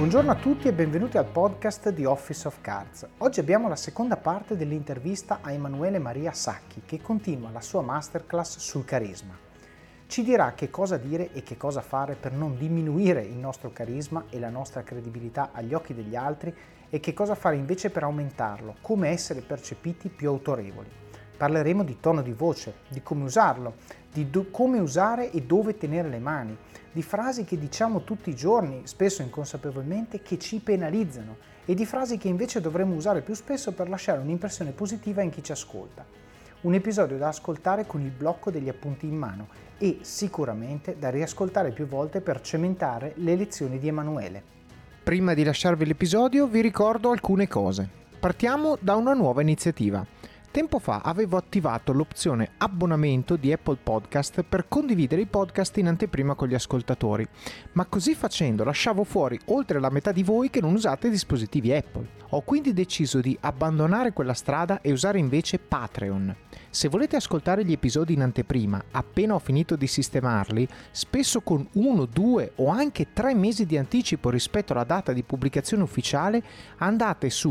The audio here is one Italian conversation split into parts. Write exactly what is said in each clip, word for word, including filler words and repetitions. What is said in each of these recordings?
Buongiorno a tutti e benvenuti al podcast di Office of Cards. Oggi abbiamo la seconda parte dell'intervista a Emanuele Maria Sacchi, che continua la sua masterclass sul carisma. Ci dirà che cosa dire e che cosa fare per non diminuire il nostro carisma e la nostra credibilità agli occhi degli altri e che cosa fare invece per aumentarlo, come essere percepiti più autorevoli. Parleremo di tono di voce, di come usarlo, di do- come usare e dove tenere le mani, di frasi che diciamo tutti i giorni, spesso inconsapevolmente, che ci penalizzano e di frasi che invece dovremmo usare più spesso per lasciare un'impressione positiva in chi ci ascolta. Un episodio da ascoltare con il blocco degli appunti in mano e sicuramente da riascoltare più volte per cementare le lezioni di Emanuele. Prima di lasciarvi l'episodio vi ricordo alcune cose. Partiamo da una nuova iniziativa. Tempo fa avevo attivato l'opzione abbonamento di Apple Podcast per condividere i podcast in anteprima con gli ascoltatori, ma così facendo lasciavo fuori oltre la metà di voi che non usate dispositivi Apple. Ho quindi deciso di abbandonare quella strada e usare invece Patreon. Se volete ascoltare gli episodi in anteprima, appena ho finito di sistemarli, spesso con uno, due o anche tre mesi di anticipo rispetto alla data di pubblicazione ufficiale, andate su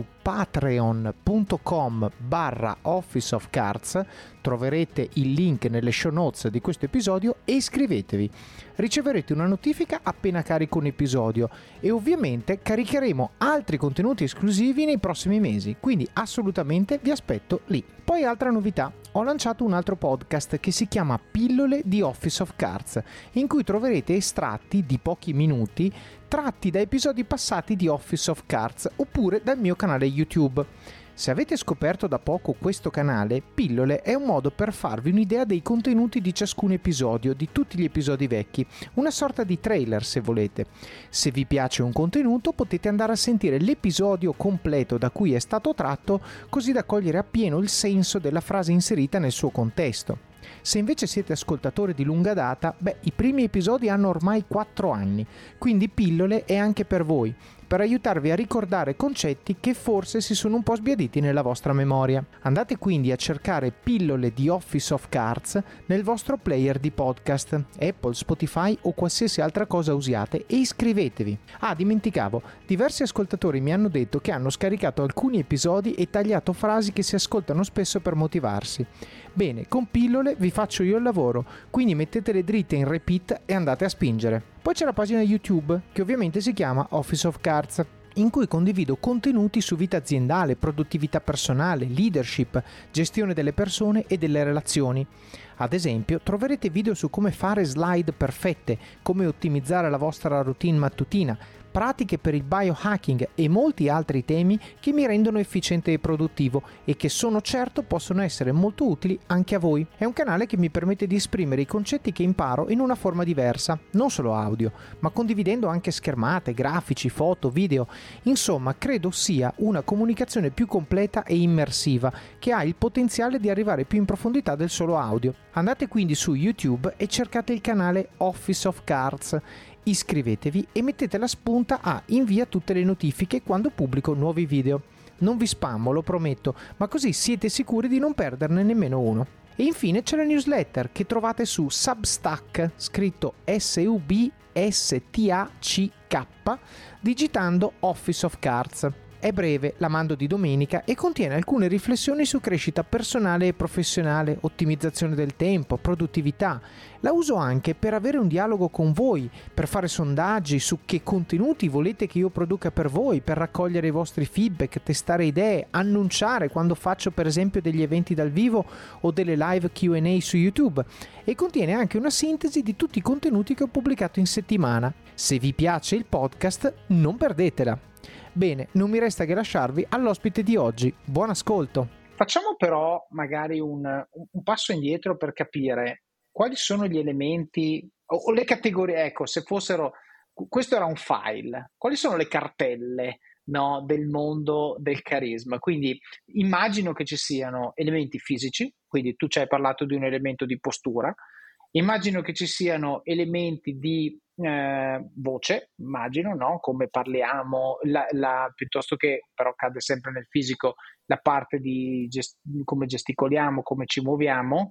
patreon.com barra Office of Cards, troverete il link nelle show notes di questo episodio e iscrivetevi. Riceverete una notifica appena carico un episodio e ovviamente caricheremo altri contenuti esclusivi nei prossimi mesi, quindi assolutamente vi aspetto lì. Poi altra novità, ho lanciato un altro podcast che si chiama Pillole di Office of Cards, in cui troverete estratti di pochi minuti tratti da episodi passati di Office of Cards oppure dal mio canale YouTube. Se avete scoperto da poco questo canale, Pillole è un modo per farvi un'idea dei contenuti di ciascun episodio, di tutti gli episodi vecchi, una sorta di trailer se volete. Se vi piace un contenuto potete andare a sentire l'episodio completo da cui è stato tratto, così da cogliere appieno il senso della frase inserita nel suo contesto. Se invece siete ascoltatori di lunga data, beh, i primi episodi hanno ormai quattro anni, quindi Pillole è anche per voi, per aiutarvi a ricordare concetti che forse si sono un po' sbiaditi nella vostra memoria. Andate quindi a cercare Pillole di Office of Cards nel vostro player di podcast, Apple, Spotify o qualsiasi altra cosa usiate e iscrivetevi. Ah, dimenticavo, diversi ascoltatori mi hanno detto che hanno scaricato alcuni episodi e tagliato frasi che si ascoltano spesso per motivarsi. Bene, con Pillole vi faccio io il lavoro, quindi mettetele dritte in repeat e andate a spingere. Poi c'è la pagina YouTube, che ovviamente si chiama Office of Cards, in cui condivido contenuti su vita aziendale, produttività personale, leadership, gestione delle persone e delle relazioni. Ad esempio, troverete video su come fare slide perfette, come ottimizzare la vostra routine mattutina, pratiche per il biohacking e molti altri temi che mi rendono efficiente e produttivo e che sono certo possono essere molto utili anche a voi. È un canale che mi permette di esprimere i concetti che imparo in una forma diversa, non solo audio, ma condividendo anche schermate, grafici, foto, video. Insomma, credo sia una comunicazione più completa e immersiva che ha il potenziale di arrivare più in profondità del solo audio. Andate quindi su YouTube e cercate il canale Office of Cards. Iscrivetevi e mettete la spunta a invia tutte le notifiche quando pubblico nuovi video. Non vi spammo, lo prometto, ma così siete sicuri di non perderne nemmeno uno. E infine c'è la newsletter che trovate su Substack, scritto S U B S T A C K, digitando Office of Cards. È breve, la mando di domenica e contiene alcune riflessioni su crescita personale e professionale, ottimizzazione del tempo, produttività. La uso anche per avere un dialogo con voi, per fare sondaggi su che contenuti volete che io produca per voi, per raccogliere i vostri feedback, testare idee, annunciare quando faccio per esempio degli eventi dal vivo o delle live Q and A su YouTube. E contiene anche una sintesi di tutti i contenuti che ho pubblicato in settimana. Se vi piace il podcast, non perdetela. Bene, non mi resta che lasciarvi all'ospite di oggi. Buon ascolto! Facciamo però magari un, un passo indietro per capire quali sono gli elementi o, o le categorie, ecco, se fossero, questo era un file, quali sono le cartelle, no, del mondo del carisma? Quindi immagino che ci siano elementi fisici, quindi tu ci hai parlato di un elemento di postura, immagino che ci siano elementi di Eh, voce, immagino, no? Come parliamo, la, la, piuttosto che, però cade sempre nel fisico, la parte di gest- come gesticoliamo, come ci muoviamo.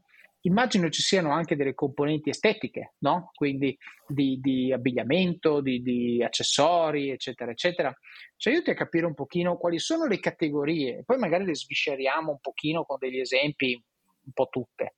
immagino ci siano anche delle componenti estetiche, no? Quindi di, di abbigliamento, di, di accessori, eccetera, eccetera. Ci aiuti a capire un pochino quali sono le categorie, poi magari le svisceriamo un pochino con degli esempi, un po' tutte.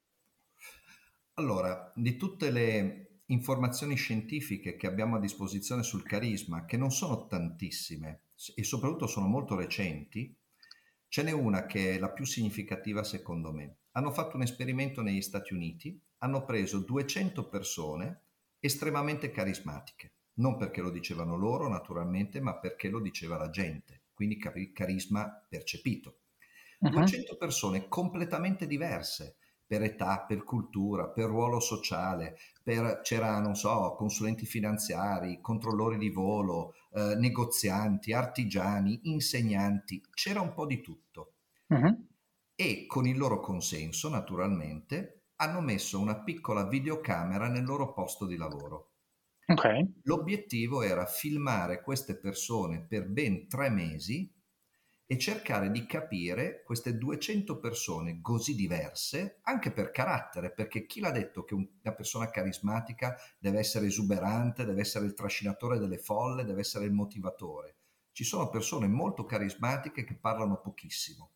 Allora, di tutte le informazioni scientifiche che abbiamo a disposizione sul carisma, che non sono tantissime e soprattutto sono molto recenti, ce n'è una che è la più significativa secondo me. Hanno fatto un esperimento negli Stati Uniti, hanno preso duecento persone estremamente carismatiche, non perché lo dicevano loro naturalmente, ma perché lo diceva la gente, quindi car- carisma percepito. Uh-huh. duecento persone completamente diverse per età, per cultura, per ruolo sociale, per, c'era, non so, consulenti finanziari, controllori di volo, eh, negozianti, artigiani, insegnanti, c'era un po' di tutto. Uh-huh. E con il loro consenso, naturalmente, hanno messo una piccola videocamera nel loro posto di lavoro. Okay. L'obiettivo era filmare queste persone per ben tre mesi e cercare di capire queste duecento persone così diverse, anche per carattere, perché chi l'ha detto che una persona carismatica deve essere esuberante, deve essere il trascinatore delle folle, deve essere il motivatore? Ci sono persone molto carismatiche che parlano pochissimo,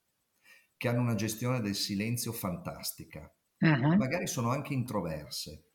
che hanno una gestione del silenzio fantastica, Uh-huh. magari sono anche introverse.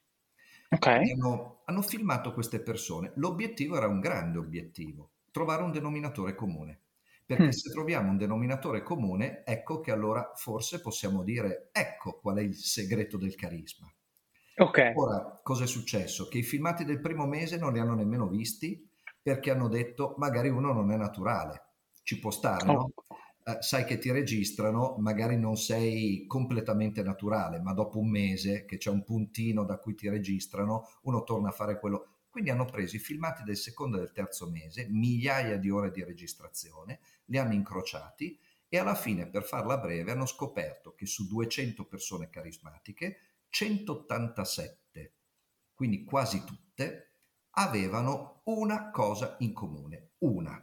Okay. Hanno, hanno filmato queste persone. L'obiettivo era un grande obiettivo, trovare un denominatore comune. Perché Mm. se troviamo un denominatore comune, ecco che allora forse possiamo dire, ecco qual è il segreto del carisma. Okay. Ora, cosa è successo? Che i filmati del primo mese non li hanno nemmeno visti perché hanno detto magari uno non è naturale. Ci può stare, no? Oh. Eh, sai che ti registrano, magari non sei completamente naturale, ma dopo un mese che c'è un puntino da cui ti registrano, uno torna a fare quello. Quindi hanno preso i filmati del secondo e del terzo mese, migliaia di ore di registrazione, li hanno incrociati e alla fine, per farla breve, hanno scoperto che su duecento persone carismatiche, centottantasette, quindi quasi tutte, avevano una cosa in comune, una.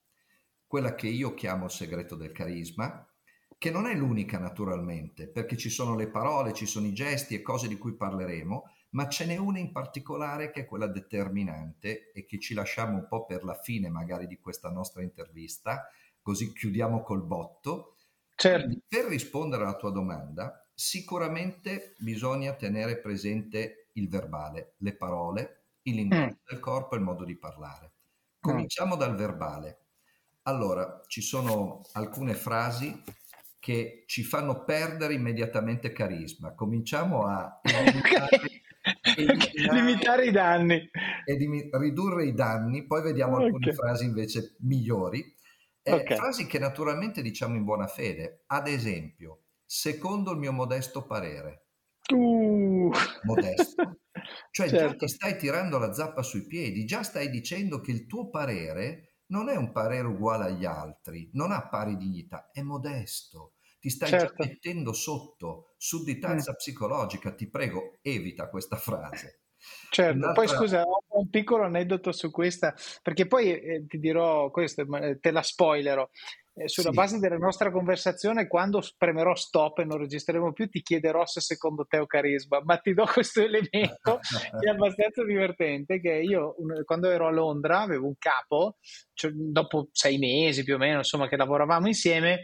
Quella che io chiamo il segreto del carisma, che non è l'unica naturalmente, perché ci sono le parole, ci sono i gesti e cose di cui parleremo, ma ce n'è una in particolare che è quella determinante e che ci lasciamo un po' per la fine magari di questa nostra intervista, così chiudiamo col botto. Certo. Quindi, per rispondere alla tua domanda, sicuramente bisogna tenere presente il verbale, le parole, il linguaggio Mm. del corpo e il modo di parlare. Mm. Cominciamo dal verbale. Allora, ci sono alcune frasi che ci fanno perdere immediatamente carisma. Cominciamo a eliminare, Okay. eliminare Limitare i danni. e di ridurre i danni, poi vediamo alcune Okay. frasi invece migliori. Eh, Okay. frasi che naturalmente diciamo in buona fede. Ad esempio, secondo il mio modesto parere. Uh. Modesto? Cioè già ti Certo. stai tirando la zappa sui piedi, già stai dicendo che il tuo parere non è un parere uguale agli altri, non ha pari dignità, è modesto. Ti stai già Certo. mettendo sotto, Mm. sudditanza psicologica, ti prego, evita questa frase. Certo, poi Un'altra... scusa, ho un piccolo aneddoto su questa, perché poi eh, ti dirò questo, ma, eh, te la spoilerò. Eh, sulla Sì. base della nostra conversazione, quando premerò stop e non registreremo più, ti chiederò se secondo te ho carisma, ma ti do questo elemento che è abbastanza divertente, che io un- quando ero a Londra avevo un capo, cioè, dopo sei mesi più o meno, insomma, che lavoravamo insieme,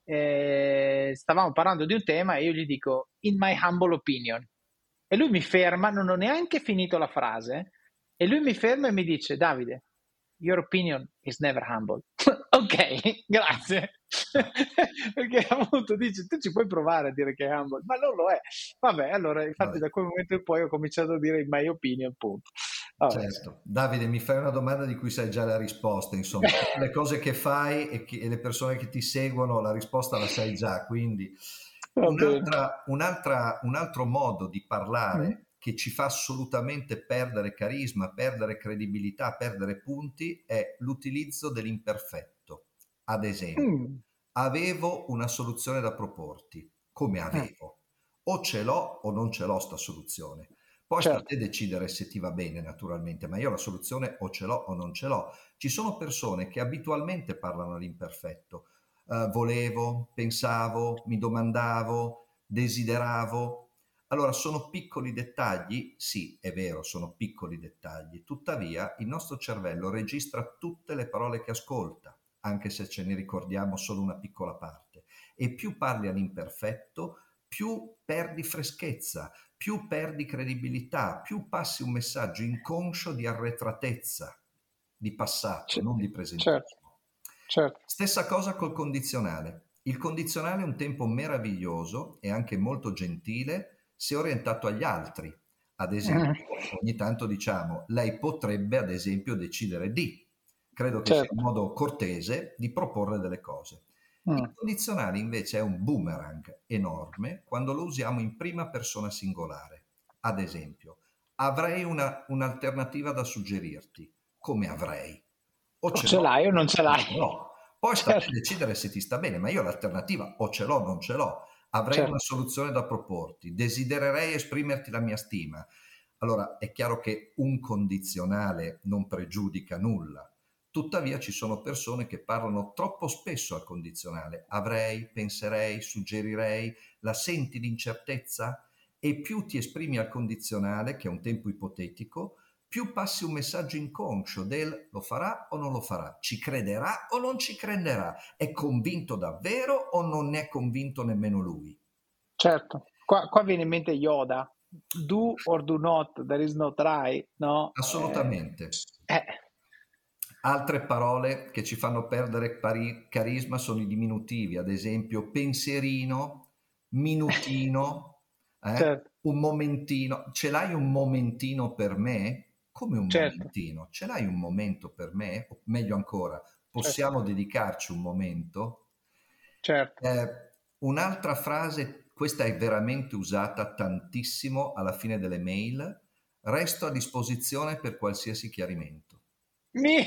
eh, stavamo parlando di un tema e io gli dico, in my humble opinion. E lui mi ferma, non ho neanche finito la frase, e lui mi ferma e mi dice, Davide, your opinion is never humble. Ok, grazie. Perché appunto dice, tu ci puoi provare a dire che è humble, ma non lo è. Vabbè, allora, infatti Vabbè. da quel momento in poi ho cominciato a dire in my opinion, punto. Vabbè. Certo, Davide, mi fai una domanda di cui sai già la risposta, insomma, tutte le cose che fai e, che- e le persone che ti seguono, la risposta la sai già, quindi Va bene. un'altra, un'altra, un altro modo di Mm. parlare che ci fa assolutamente perdere carisma, perdere credibilità, perdere punti è l'utilizzo dell'imperfetto. Ad esempio, Mm. avevo una soluzione da proporti, come Mm. avevo? O ce l'ho o non ce l'ho sta soluzione. Poi sta a Certo. te decidere se ti va bene, naturalmente, ma io la soluzione o ce l'ho o non ce l'ho. Ci sono persone che abitualmente parlano all'imperfetto. Eh, volevo, pensavo, mi domandavo, desideravo. Allora, sono piccoli dettagli? Sì, è vero, sono piccoli dettagli. Tuttavia, il nostro cervello registra tutte le parole che ascolta, anche se ce ne ricordiamo solo una piccola parte. E più parli all'imperfetto, più perdi freschezza, più perdi credibilità, più passi un messaggio inconscio di arretratezza, di passato, C- non di certo, presentismo. certo. Stessa cosa col condizionale. Il condizionale è un tempo meraviglioso e anche molto gentile se orientato agli altri. Ad Mm, esempio, ogni tanto diciamo, lei potrebbe ad esempio decidere di. Credo che sia un certo. modo cortese di proporre delle cose. Il Mm. condizionale invece è un boomerang enorme quando lo usiamo in prima persona singolare. Ad esempio, avrei una, un'alternativa da suggerirti. Come avrei? O O ce ce l'ho, l'hai o non ce non l'hai. ce l'ho. Poi sta a te Certo, decidere se ti sta bene, ma io l'alternativa o ce l'ho o non ce l'ho. Avrei una certo. soluzione da proporti, desidererei esprimerti la mia stima. Allora è chiaro che un condizionale non pregiudica nulla. Tuttavia ci sono persone che parlano troppo spesso al condizionale. Avrei, penserei, suggerirei, la senti l'incertezza? E più ti esprimi al condizionale, che è un tempo ipotetico, più passi un messaggio inconscio del lo farà o non lo farà, ci crederà o non ci crederà, è convinto davvero o non ne è convinto nemmeno lui. Certo, qua, qua viene in mente Yoda, do or do not, there is no try, no? Eh, Assolutamente. eh, Altre parole che ci fanno perdere pari- carisma sono i diminutivi, ad esempio pensierino, minutino, eh? certo, Un momentino. Ce l'hai un momentino per me? Come un certo, momentino? Ce l'hai un momento per me? O meglio ancora, certo, possiamo dedicarci un momento? certo. Eh, un'altra frase, questa è veramente usata tantissimo alla fine delle mail, resto a disposizione per qualsiasi chiarimento. Mi...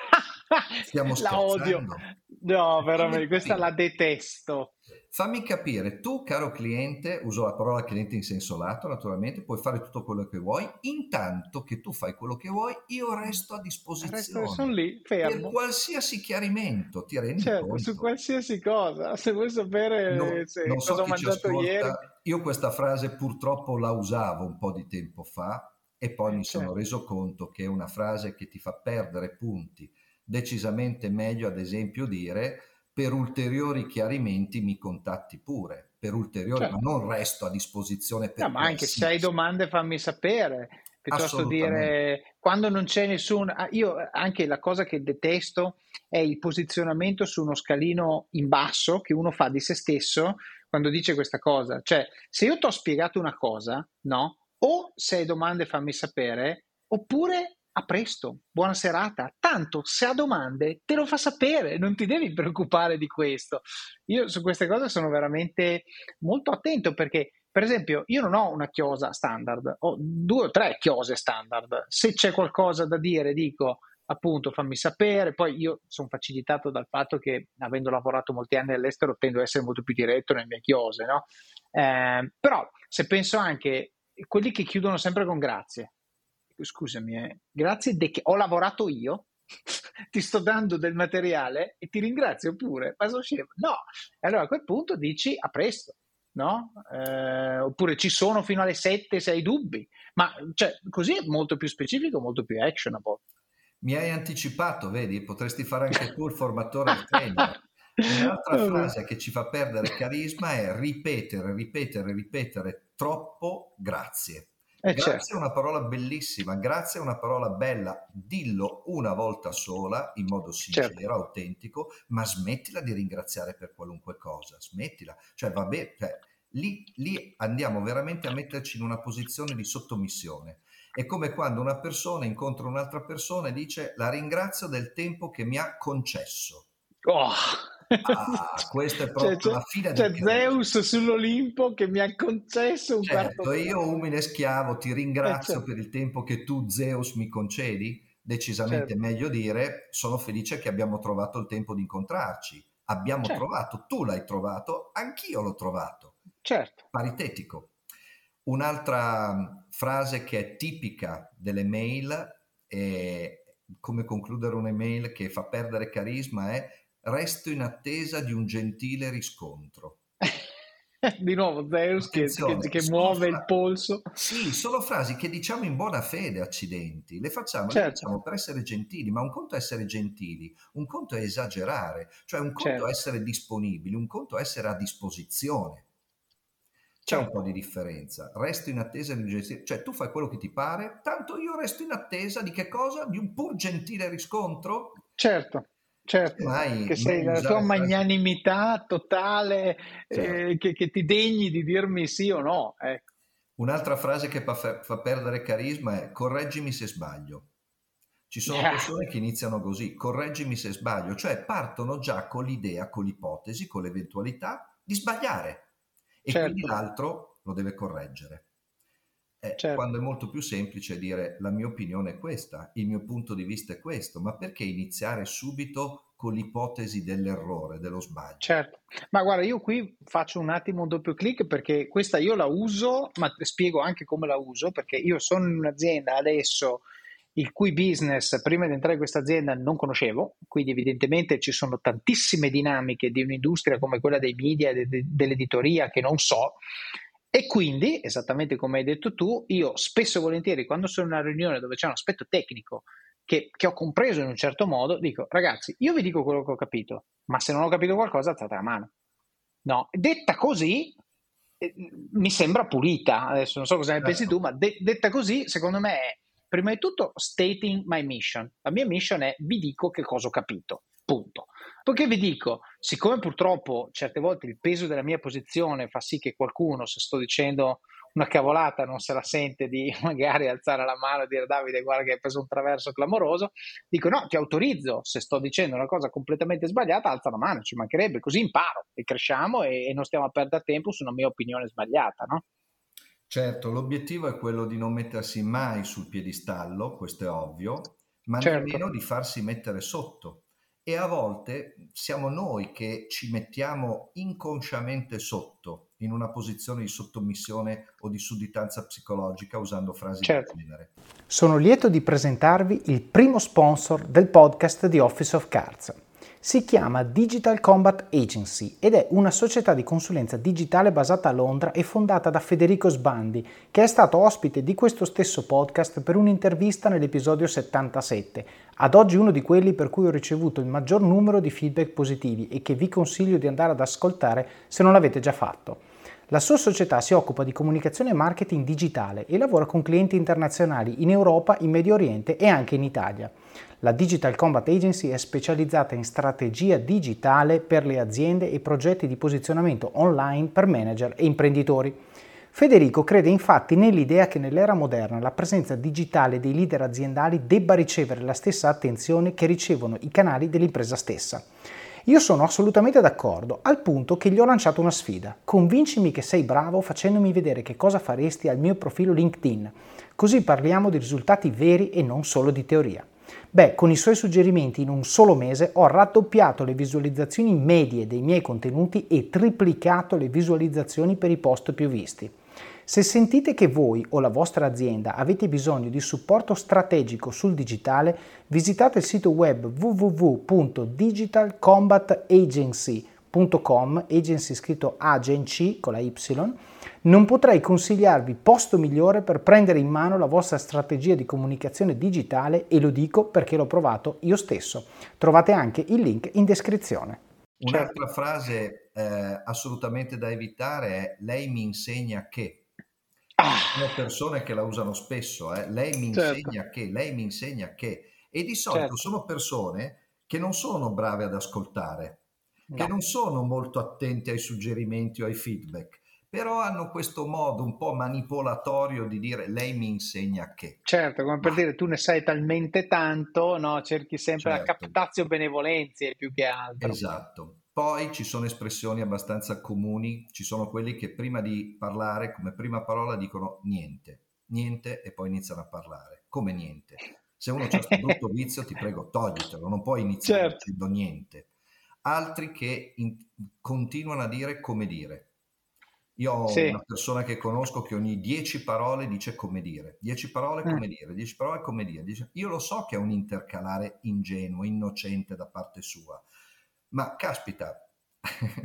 Stiamo La odio. scherzando? No, Fammi veramente, questa la capire. detesto. Fammi capire, tu caro cliente, uso la parola cliente in senso lato, naturalmente, puoi fare tutto quello che vuoi, intanto che tu fai quello che vuoi, io resto a Resto, sono disposizione lì, per fermo. qualsiasi chiarimento, ti rendi Certo, su conto? qualsiasi cosa. Se vuoi sapere No- se, non so cosa ho chi ci mangiato ieri, ascolta, io questa frase purtroppo la usavo un po' di tempo fa e poi eh, mi sono certo, reso conto che è una frase che ti fa perdere punti. Decisamente meglio, ad esempio, dire per ulteriori chiarimenti mi contatti pure, per ulteriori, ma certo. non resto a disposizione No, per ma anche se hai qualsiasi. domande fammi sapere, piuttosto Assolutamente. dire quando non c'è nessun... ah, io eh, anche la cosa che detesto è il posizionamento su uno scalino in basso che uno fa di se stesso quando dice questa cosa. Cioè, se io ti ho spiegato una cosa, no? O se hai domande fammi sapere, oppure a presto, buona serata. Tanto se ha domande te lo fa sapere, non ti devi preoccupare di questo. Io su queste cose sono veramente molto attento perché, per esempio, io non ho una chiosa standard, ho due o tre chiose standard. Se c'è qualcosa da dire, dico appunto fammi sapere. Poi io sono facilitato dal fatto che, avendo lavorato molti anni all'estero, tendo ad essere molto più diretto nelle mie chiose, no? Eh, però se penso anche quelli che chiudono sempre con grazie, scusami, eh, grazie de che ho lavorato io. Ti sto dando del materiale e ti ringrazio pure, ma sono scemo. No, e allora a quel punto dici a presto, no? Eh, oppure ci sono fino alle sette se hai dubbi, ma cioè, così è molto più specifico, molto più actionable. Mi hai anticipato, vedi, potresti fare anche tu il formatore, il trainer. Un'altra Vabbè. frase che ci fa perdere carisma è ripetere, ripetere, ripetere troppo grazie. Eh Grazie certo, è una parola bellissima, grazie è una parola bella, dillo una volta sola in modo certo, sincero, autentico, ma smettila di ringraziare per qualunque cosa, smettila. Cioè, va bene, cioè, lì, lì andiamo veramente a metterci in una posizione di sottomissione. È come quando una persona incontra un'altra persona e dice la ringrazio del tempo che mi ha concesso. oh. Ah, questa è C'è, proprio c'è- la fine del c'è carisma. Zeus sull'Olimpo che mi ha concesso un quarto Certo, e d'ora. io umile schiavo ti Eh, ringrazio certo, per il tempo che tu, Zeus, mi concedi. Decisamente certo, meglio dire sono felice che abbiamo trovato il tempo di incontrarci. Abbiamo certo, trovato, tu l'hai trovato, anch'io l'ho trovato. certo. Paritetico. Un'altra mh, frase che è tipica delle mail e come concludere un'email che fa perdere carisma è resto in attesa di un gentile riscontro. Di nuovo Zeus che, che, Attenzione, che sono muove il fra- polso. sì, sono frasi che diciamo in buona fede, accidenti, le facciamo, le Certo, diciamo per essere gentili, ma un conto è essere gentili, un conto è esagerare, cioè un conto è certo, essere disponibili, un conto è essere a disposizione. C'è un po' certo, di differenza. Resto in attesa di un gentile, cioè tu fai quello che ti pare, tanto io resto in attesa di che cosa? Di un pur gentile riscontro? certo, certo. Semmai, Che sei meglio della tua usare frasi. magnanimità totale, Certo. eh, che, che ti degni di dirmi sì o no. Ecco. Un'altra frase che fa, fa perdere carisma è correggimi se sbaglio. Ci sono Ah, persone che iniziano così, correggimi se sbaglio, cioè partono già con l'idea, con l'ipotesi, con l'eventualità di sbagliare e quindi certo, l'altro lo deve correggere. Eh, quando certo. è molto più semplice dire la mia opinione è questa, il mio punto di vista è questo, ma perché iniziare subito con l'ipotesi dell'errore, dello sbaglio? Certo, ma guarda, io qui faccio un attimo un doppio clic perché questa io la uso, ma ti spiego anche come la uso, perché io sono in un'azienda adesso il cui business prima di entrare in questa azienda non conoscevo, quindi evidentemente ci sono tantissime dinamiche di un'industria come quella dei media, de- de- dell'editoria che non so. E quindi, esattamente come hai detto tu, io spesso e volentieri quando sono in una riunione dove c'è un aspetto tecnico che, che ho compreso in un certo modo, dico ragazzi, io vi dico quello che ho capito, ma se non ho capito qualcosa alzate la mano. No, detta così eh, mi sembra pulita, adesso non so cosa ne pensi Certo. tu, ma de- detta così secondo me è prima di tutto stating my mission. La mia mission è vi dico che cosa ho capito, punto. Poiché vi dico, siccome purtroppo certe volte il peso della mia posizione fa sì che qualcuno, se sto dicendo una cavolata, non se la sente di magari alzare la mano e dire Davide, guarda che hai preso un traverso clamoroso, dico no, ti autorizzo, se sto dicendo una cosa completamente sbagliata, alza la mano, ci mancherebbe, così imparo e cresciamo e, e non stiamo a perdere tempo su una mia opinione sbagliata, no? Certo, l'obiettivo è quello di non mettersi mai sul piedistallo, questo è ovvio, ma Certo, nemmeno di farsi mettere sotto. E a volte siamo noi che ci mettiamo inconsciamente sotto, in una posizione di sottomissione o di sudditanza psicologica, usando frasi del certo. genere. Sono lieto di presentarvi il primo sponsor del podcast di Office of Cards. Si chiama Digital Combat Agency ed è una società di consulenza digitale basata a Londra e fondata da Federico Sbandi, che è stato ospite di questo stesso podcast per un'intervista nell'episodio settantasette, ad oggi uno di quelli per cui ho ricevuto il maggior numero di feedback positivi e che vi consiglio di andare ad ascoltare se non l'avete già fatto. La sua società si occupa di comunicazione e marketing digitale e lavora con clienti internazionali in Europa, in Medio Oriente e anche in Italia. La Digital Combat Agency è specializzata in strategia digitale per le aziende e progetti di posizionamento online per manager e imprenditori. Federico crede infatti nell'idea che nell'era moderna la presenza digitale dei leader aziendali debba ricevere la stessa attenzione che ricevono i canali dell'impresa stessa. Io sono assolutamente d'accordo, al punto che gli ho lanciato una sfida. Convincimi che sei bravo facendomi vedere che cosa faresti al mio profilo LinkedIn, così parliamo di risultati veri e non solo di teoria. Beh, con i suoi suggerimenti in un solo mese ho raddoppiato le visualizzazioni medie dei miei contenuti e triplicato le visualizzazioni per i post più visti. Se sentite che voi o la vostra azienda avete bisogno di supporto strategico sul digitale, visitate il sito web w w w punto digital combat agency punto com, agency scritto agency con la Y. Non potrei consigliarvi posto migliore per prendere in mano la vostra strategia di comunicazione digitale e lo dico perché l'ho provato io stesso. Trovate anche il link in descrizione. Certo. Un'altra frase eh, assolutamente da evitare è lei mi insegna che. Ci sono Ah, persone che la usano spesso, eh. Lei mi certo, insegna che, lei mi insegna che. E di solito certo. sono persone che non sono brave ad ascoltare, che No. non sono molto attenti ai suggerimenti o ai feedback, però hanno questo modo un po' manipolatorio di dire lei mi insegna che. Certo, come Ma per dire tu ne sai talmente tanto, no? Cerchi sempre la certo, captatio benevolenze più che altro. esatto. Poi ci sono espressioni abbastanza comuni, ci sono quelli che prima di parlare, come prima parola, dicono niente, niente e poi iniziano a parlare. Come niente? Se uno ha questo brutto vizio, ti prego, toglitelo, non puoi iniziare Certo, dicendo niente. Altri che in- continuano a dire come dire. Io ho sì. una persona che conosco che ogni dieci parole dice come dire, dieci parole Mm. come dire, dieci parole come dire. Dice- io lo so che è un intercalare ingenuo, innocente da parte sua, ma caspita,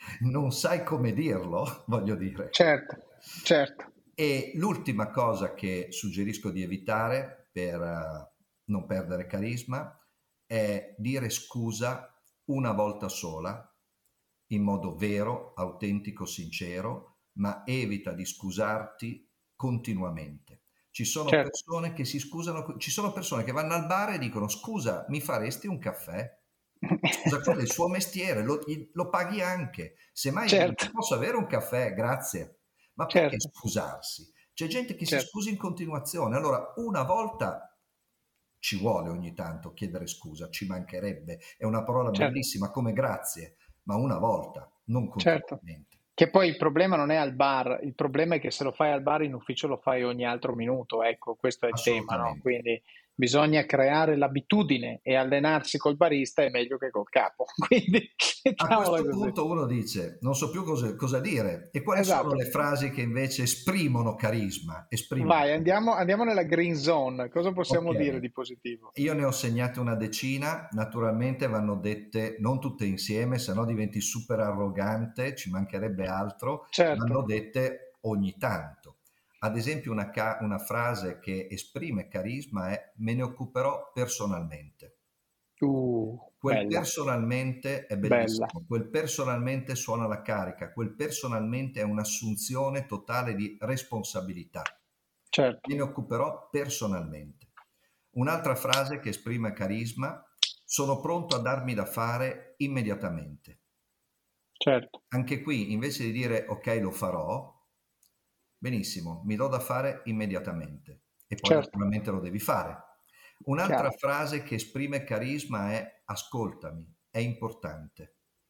non sai come dirlo, voglio dire. Certo, certo. E l'ultima cosa che suggerisco di evitare per uh, non perdere carisma è dire scusa una volta sola, in modo vero, autentico, sincero, ma evita di scusarti continuamente. Ci sono Certo. persone che si scusano, ci sono persone che vanno al bar e dicono scusa, mi faresti un caffè? Scusa, quello è il suo mestiere, lo, lo paghi anche. Semmai Certo, posso avere un caffè, grazie. Ma perché certo, scusarsi? C'è gente che si certo, scusa in continuazione. Allora, una volta ci vuole ogni tanto chiedere scusa, ci mancherebbe. È una parola certo, bellissima come grazie, ma una volta, non certo. continuamente. Che poi il problema non è al bar, il problema è che se lo fai al bar in ufficio lo fai ogni altro minuto, ecco, questo è il tema, no? Assolutamente. Quindi bisogna creare l'abitudine e allenarsi col barista è meglio che col capo, quindi A mettiamola questo così. punto uno dice, non so più cosa, cosa dire. E quali sono Esatto. le frasi che invece esprimono carisma? Esprimono Vai, carisma. andiamo, andiamo nella green zone. Cosa Ok, possiamo dire di positivo? io ne ho segnate una decina, naturalmente vanno dette non tutte insieme, se no diventi super arrogante, ci mancherebbe altro, vanno Certo. dette ogni tanto. Ad esempio una, ca- una frase che esprime carisma è me ne occuperò personalmente. Uh, Quel bella, personalmente è bella. bellissimo, quel personalmente suona la carica, quel personalmente è un'assunzione totale di responsabilità. Certo, Me ne occuperò personalmente. Un'altra frase che esprime carisma, sono pronto a darmi da fare immediatamente. certo, Anche qui, invece di dire ok, lo farò, benissimo, mi do da fare immediatamente e poi certo, naturalmente lo devi fare. Un'altra chiaro. frase che esprime carisma è ascoltami, è importante.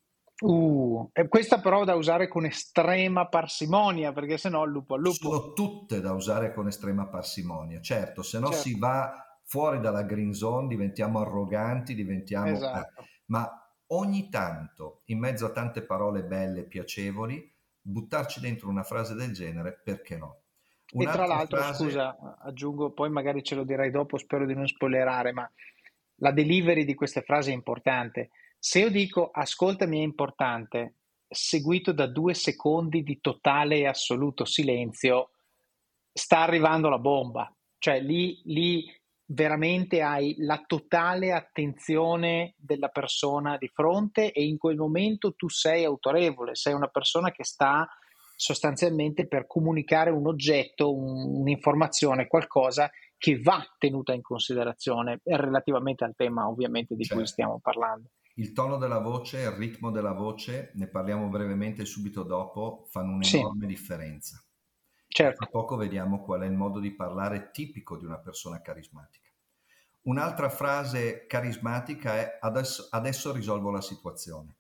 Uh, e questa però da usare con estrema parsimonia, perché sennò il lupo al lupo. Sono tutte da usare con estrema parsimonia. Certo, se no si Certo, va fuori dalla green zone, diventiamo arroganti, diventiamo... eh, esatto. ma ogni tanto, in mezzo a tante parole belle e piacevoli, buttarci dentro una frase del genere, perché no? E tra Un'altra l'altro, frase, scusa, aggiungo, poi magari ce lo dirai dopo, spero di non spoilerare, ma la delivery di queste frasi è importante. Se io dico ascoltami è importante, seguito da due secondi di totale e assoluto silenzio, sta arrivando la bomba. Cioè lì, lì veramente hai la totale attenzione della persona di fronte e in quel momento tu sei autorevole, sei una persona che sta sostanzialmente per comunicare un oggetto, un- un'informazione, qualcosa che va tenuta in considerazione relativamente al tema ovviamente di cui certo, stiamo parlando. il tono della voce, il ritmo della voce, ne parliamo brevemente subito dopo, fanno Sì, un'enorme differenza. E fra certo. poco vediamo qual è il modo di parlare tipico di una persona carismatica. Un'altra frase carismatica è adesso, adesso risolvo la situazione.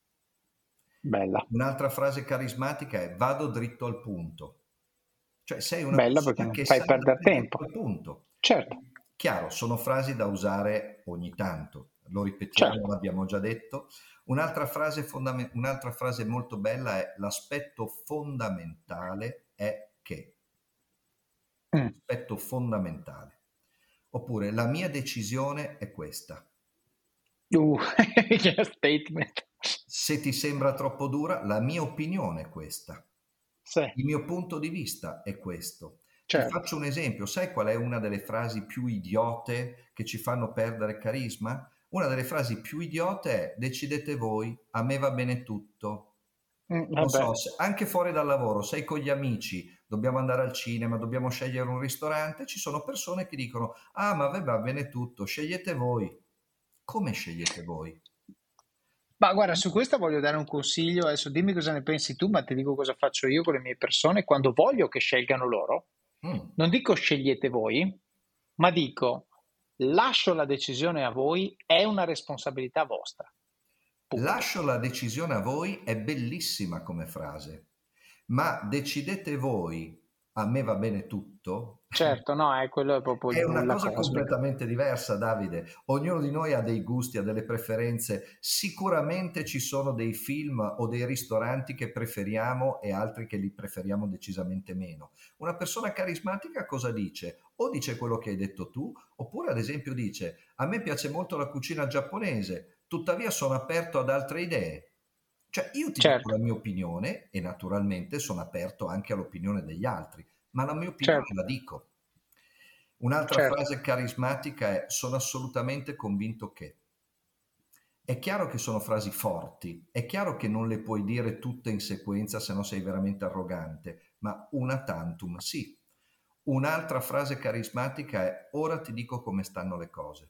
Bella, Un'altra frase carismatica è vado dritto al punto. Cioè sei una bella perché persona non che fai sa perdere andare dritto tempo. al punto. Certo, Chiaro, sono frasi da usare ogni tanto, lo ripetiamo, certo. l'abbiamo già detto. Un'altra frase, fondame- un'altra frase molto bella è l'aspetto fondamentale è che. Mm. Aspetto fondamentale. Oppure la mia decisione è questa. Uh, che statement. Se ti sembra troppo dura, la mia opinione è questa. Sì, Il mio punto di vista è questo. Ti certo. faccio un esempio. Sai qual è una delle frasi più idiote che ci fanno perdere carisma? Una delle frasi più idiote è decidete voi, a me va bene tutto. Mm, Non vabbè. so, se- anche fuori dal lavoro, sei con gli amici, dobbiamo andare al cinema, dobbiamo scegliere un ristorante, ci sono persone che dicono, ah, ma a me va bene tutto, scegliete voi. Come scegliete voi? Ma guarda, su questo voglio dare un consiglio, adesso dimmi cosa ne pensi tu, ma ti dico cosa faccio io con le mie persone quando voglio che scelgano loro. Mm. Non dico scegliete voi, ma dico lascio la decisione a voi, è una responsabilità vostra. Punto. Lascio la decisione a voi è bellissima come frase, ma decidete voi, a me va bene tutto, Certo, no, è quello è proprio è il una nulla cosa cosmico. completamente diversa, Davide. Ognuno di noi ha dei gusti, ha delle preferenze. Sicuramente ci sono dei film o dei ristoranti che preferiamo e altri che li preferiamo decisamente meno. Una persona carismatica cosa dice? O dice quello che hai detto tu, oppure ad esempio dice: a me piace molto la cucina giapponese, tuttavia sono aperto ad altre idee. Cioè io ti Certo. dico la mia opinione e naturalmente sono aperto anche all'opinione degli altri, ma la mia opinione Certo. la dico. Un'altra Certo. frase carismatica è: sono assolutamente convinto che. È chiaro che sono frasi forti, è chiaro che non le puoi dire tutte in sequenza, se no sei veramente arrogante, ma una tantum sì. Un'altra frase carismatica è: ora ti dico come stanno le cose.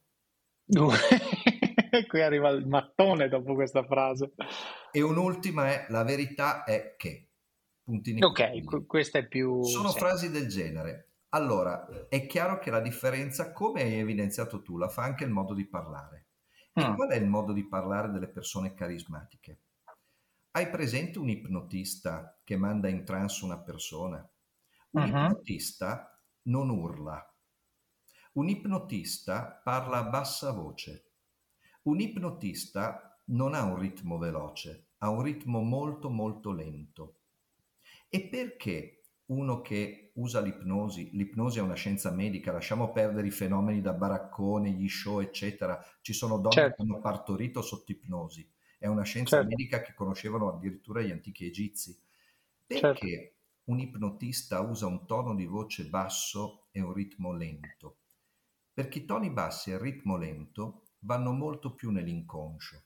Qui arriva il mattone dopo questa frase. E un'ultima è: la verità è che. Puntini Ok, puntini. qu- questa è più... Sono sì. frasi del genere. Allora, è chiaro che la differenza, come hai evidenziato tu, la fa anche il modo di parlare. E Mm. qual è il modo di parlare delle persone carismatiche? Hai presente un ipnotista che manda in trance una persona? Un Mhm. ipnotista non urla. Un ipnotista parla a bassa voce. Un ipnotista non ha un ritmo veloce, ha un ritmo molto molto lento. E perché uno che usa l'ipnosi, l'ipnosi è una scienza medica, lasciamo perdere i fenomeni da baraccone, gli show, eccetera, ci sono donne che Certo, hanno partorito sotto ipnosi, è una scienza certo, medica che conoscevano addirittura gli antichi egizi. certo, Perché un ipnotista usa un tono di voce basso e un ritmo lento? Perché i toni bassi e il ritmo lento vanno molto più nell'inconscio,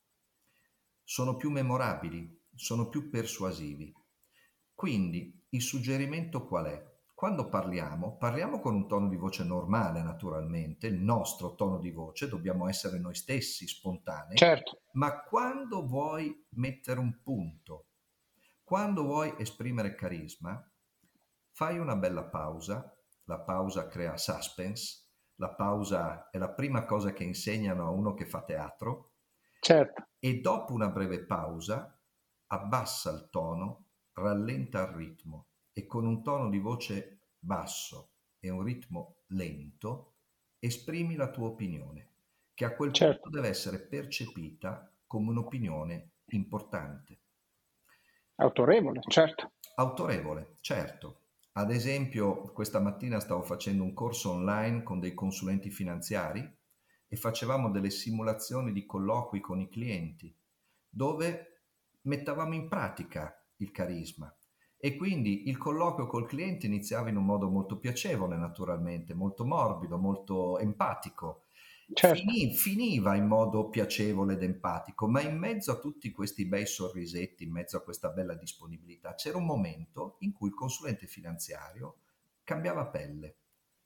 sono più memorabili, sono più persuasivi. Quindi il suggerimento qual è? Quando parliamo, parliamo con un tono di voce normale, naturalmente, il nostro tono di voce, dobbiamo essere noi stessi, spontanei, certo, ma quando vuoi mettere un punto, quando vuoi esprimere carisma, fai una bella pausa, la pausa crea suspense, la pausa è la prima cosa che insegnano a uno che fa teatro, certo, e dopo una breve pausa abbassa il tono, rallenta il ritmo e con un tono di voce basso e un ritmo lento esprimi la tua opinione, che a quel punto certo. deve essere percepita come un'opinione importante. Autorevole, certo. Autorevole, certo. Ad esempio, questa mattina stavo facendo un corso online con dei consulenti finanziari e facevamo delle simulazioni di colloqui con i clienti dove mettavamo in pratica il carisma. E quindi il colloquio col cliente iniziava in un modo molto piacevole, naturalmente, molto morbido, molto empatico. Certo, Fini- finiva in modo piacevole ed empatico, ma in mezzo a tutti questi bei sorrisetti, in mezzo a questa bella disponibilità, c'era un momento in cui il consulente finanziario cambiava pelle,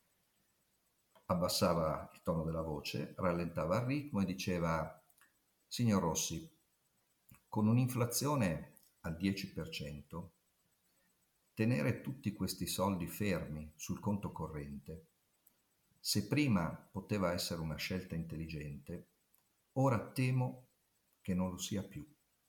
abbassava il tono della voce, rallentava il ritmo e diceva: signor Rossi, con un'inflazione al dieci per cento, tenere tutti questi soldi fermi sul conto corrente, se prima poteva essere una scelta intelligente, ora temo che non lo sia più.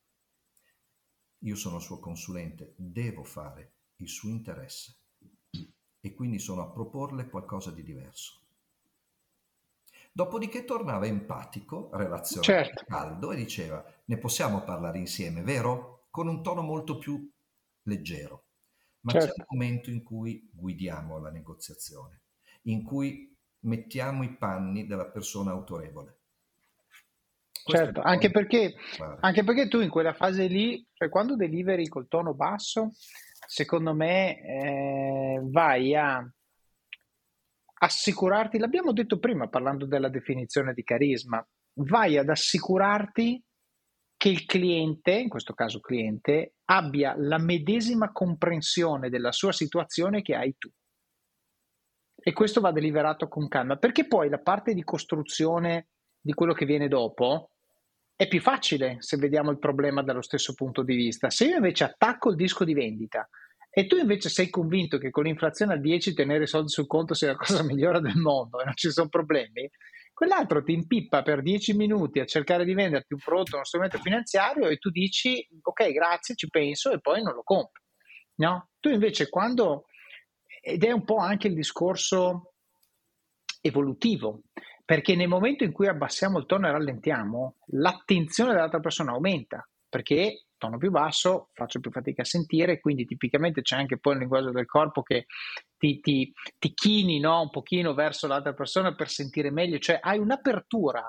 Io sono suo consulente, devo fare il suo interesse e quindi sono a proporle qualcosa di diverso. Dopodiché tornava empatico, relazionale, certo, caldo e diceva: ne possiamo parlare insieme, vero? Con un tono molto più leggero. Ma c'è un certo, momento in cui guidiamo la negoziazione, in cui mettiamo i panni della persona autorevole. Questo è certo. il Anche modo perché, di fare. anche perché tu in quella fase lì, cioè quando deliveri col tono basso, secondo me eh, vai a assicurarti, l'abbiamo detto prima parlando della definizione di carisma, vai ad assicurarti che il cliente, in questo caso cliente, abbia la medesima comprensione della sua situazione che hai tu. E questo va deliberato con calma, perché poi la parte di costruzione di quello che viene dopo è più facile se vediamo il problema dallo stesso punto di vista. Se io invece attacco il disco di vendita e tu invece sei convinto che con l'inflazione al dieci tenere i soldi sul conto sia la cosa migliore del mondo e non ci sono problemi, quell'altro ti impippa per dieci minuti a cercare di venderti un prodotto, uno strumento finanziario e tu dici ok, grazie, ci penso e poi non lo compri. No? Tu invece quando, ed è un po' anche il discorso evolutivo, perché nel momento in cui abbassiamo il tono e rallentiamo, l'attenzione dell'altra persona aumenta, perché tono più basso, faccio più fatica a sentire, quindi tipicamente c'è anche poi il linguaggio del corpo che ti, ti, ti chini, no? Un pochino verso l'altra persona per sentire meglio, cioè hai un'apertura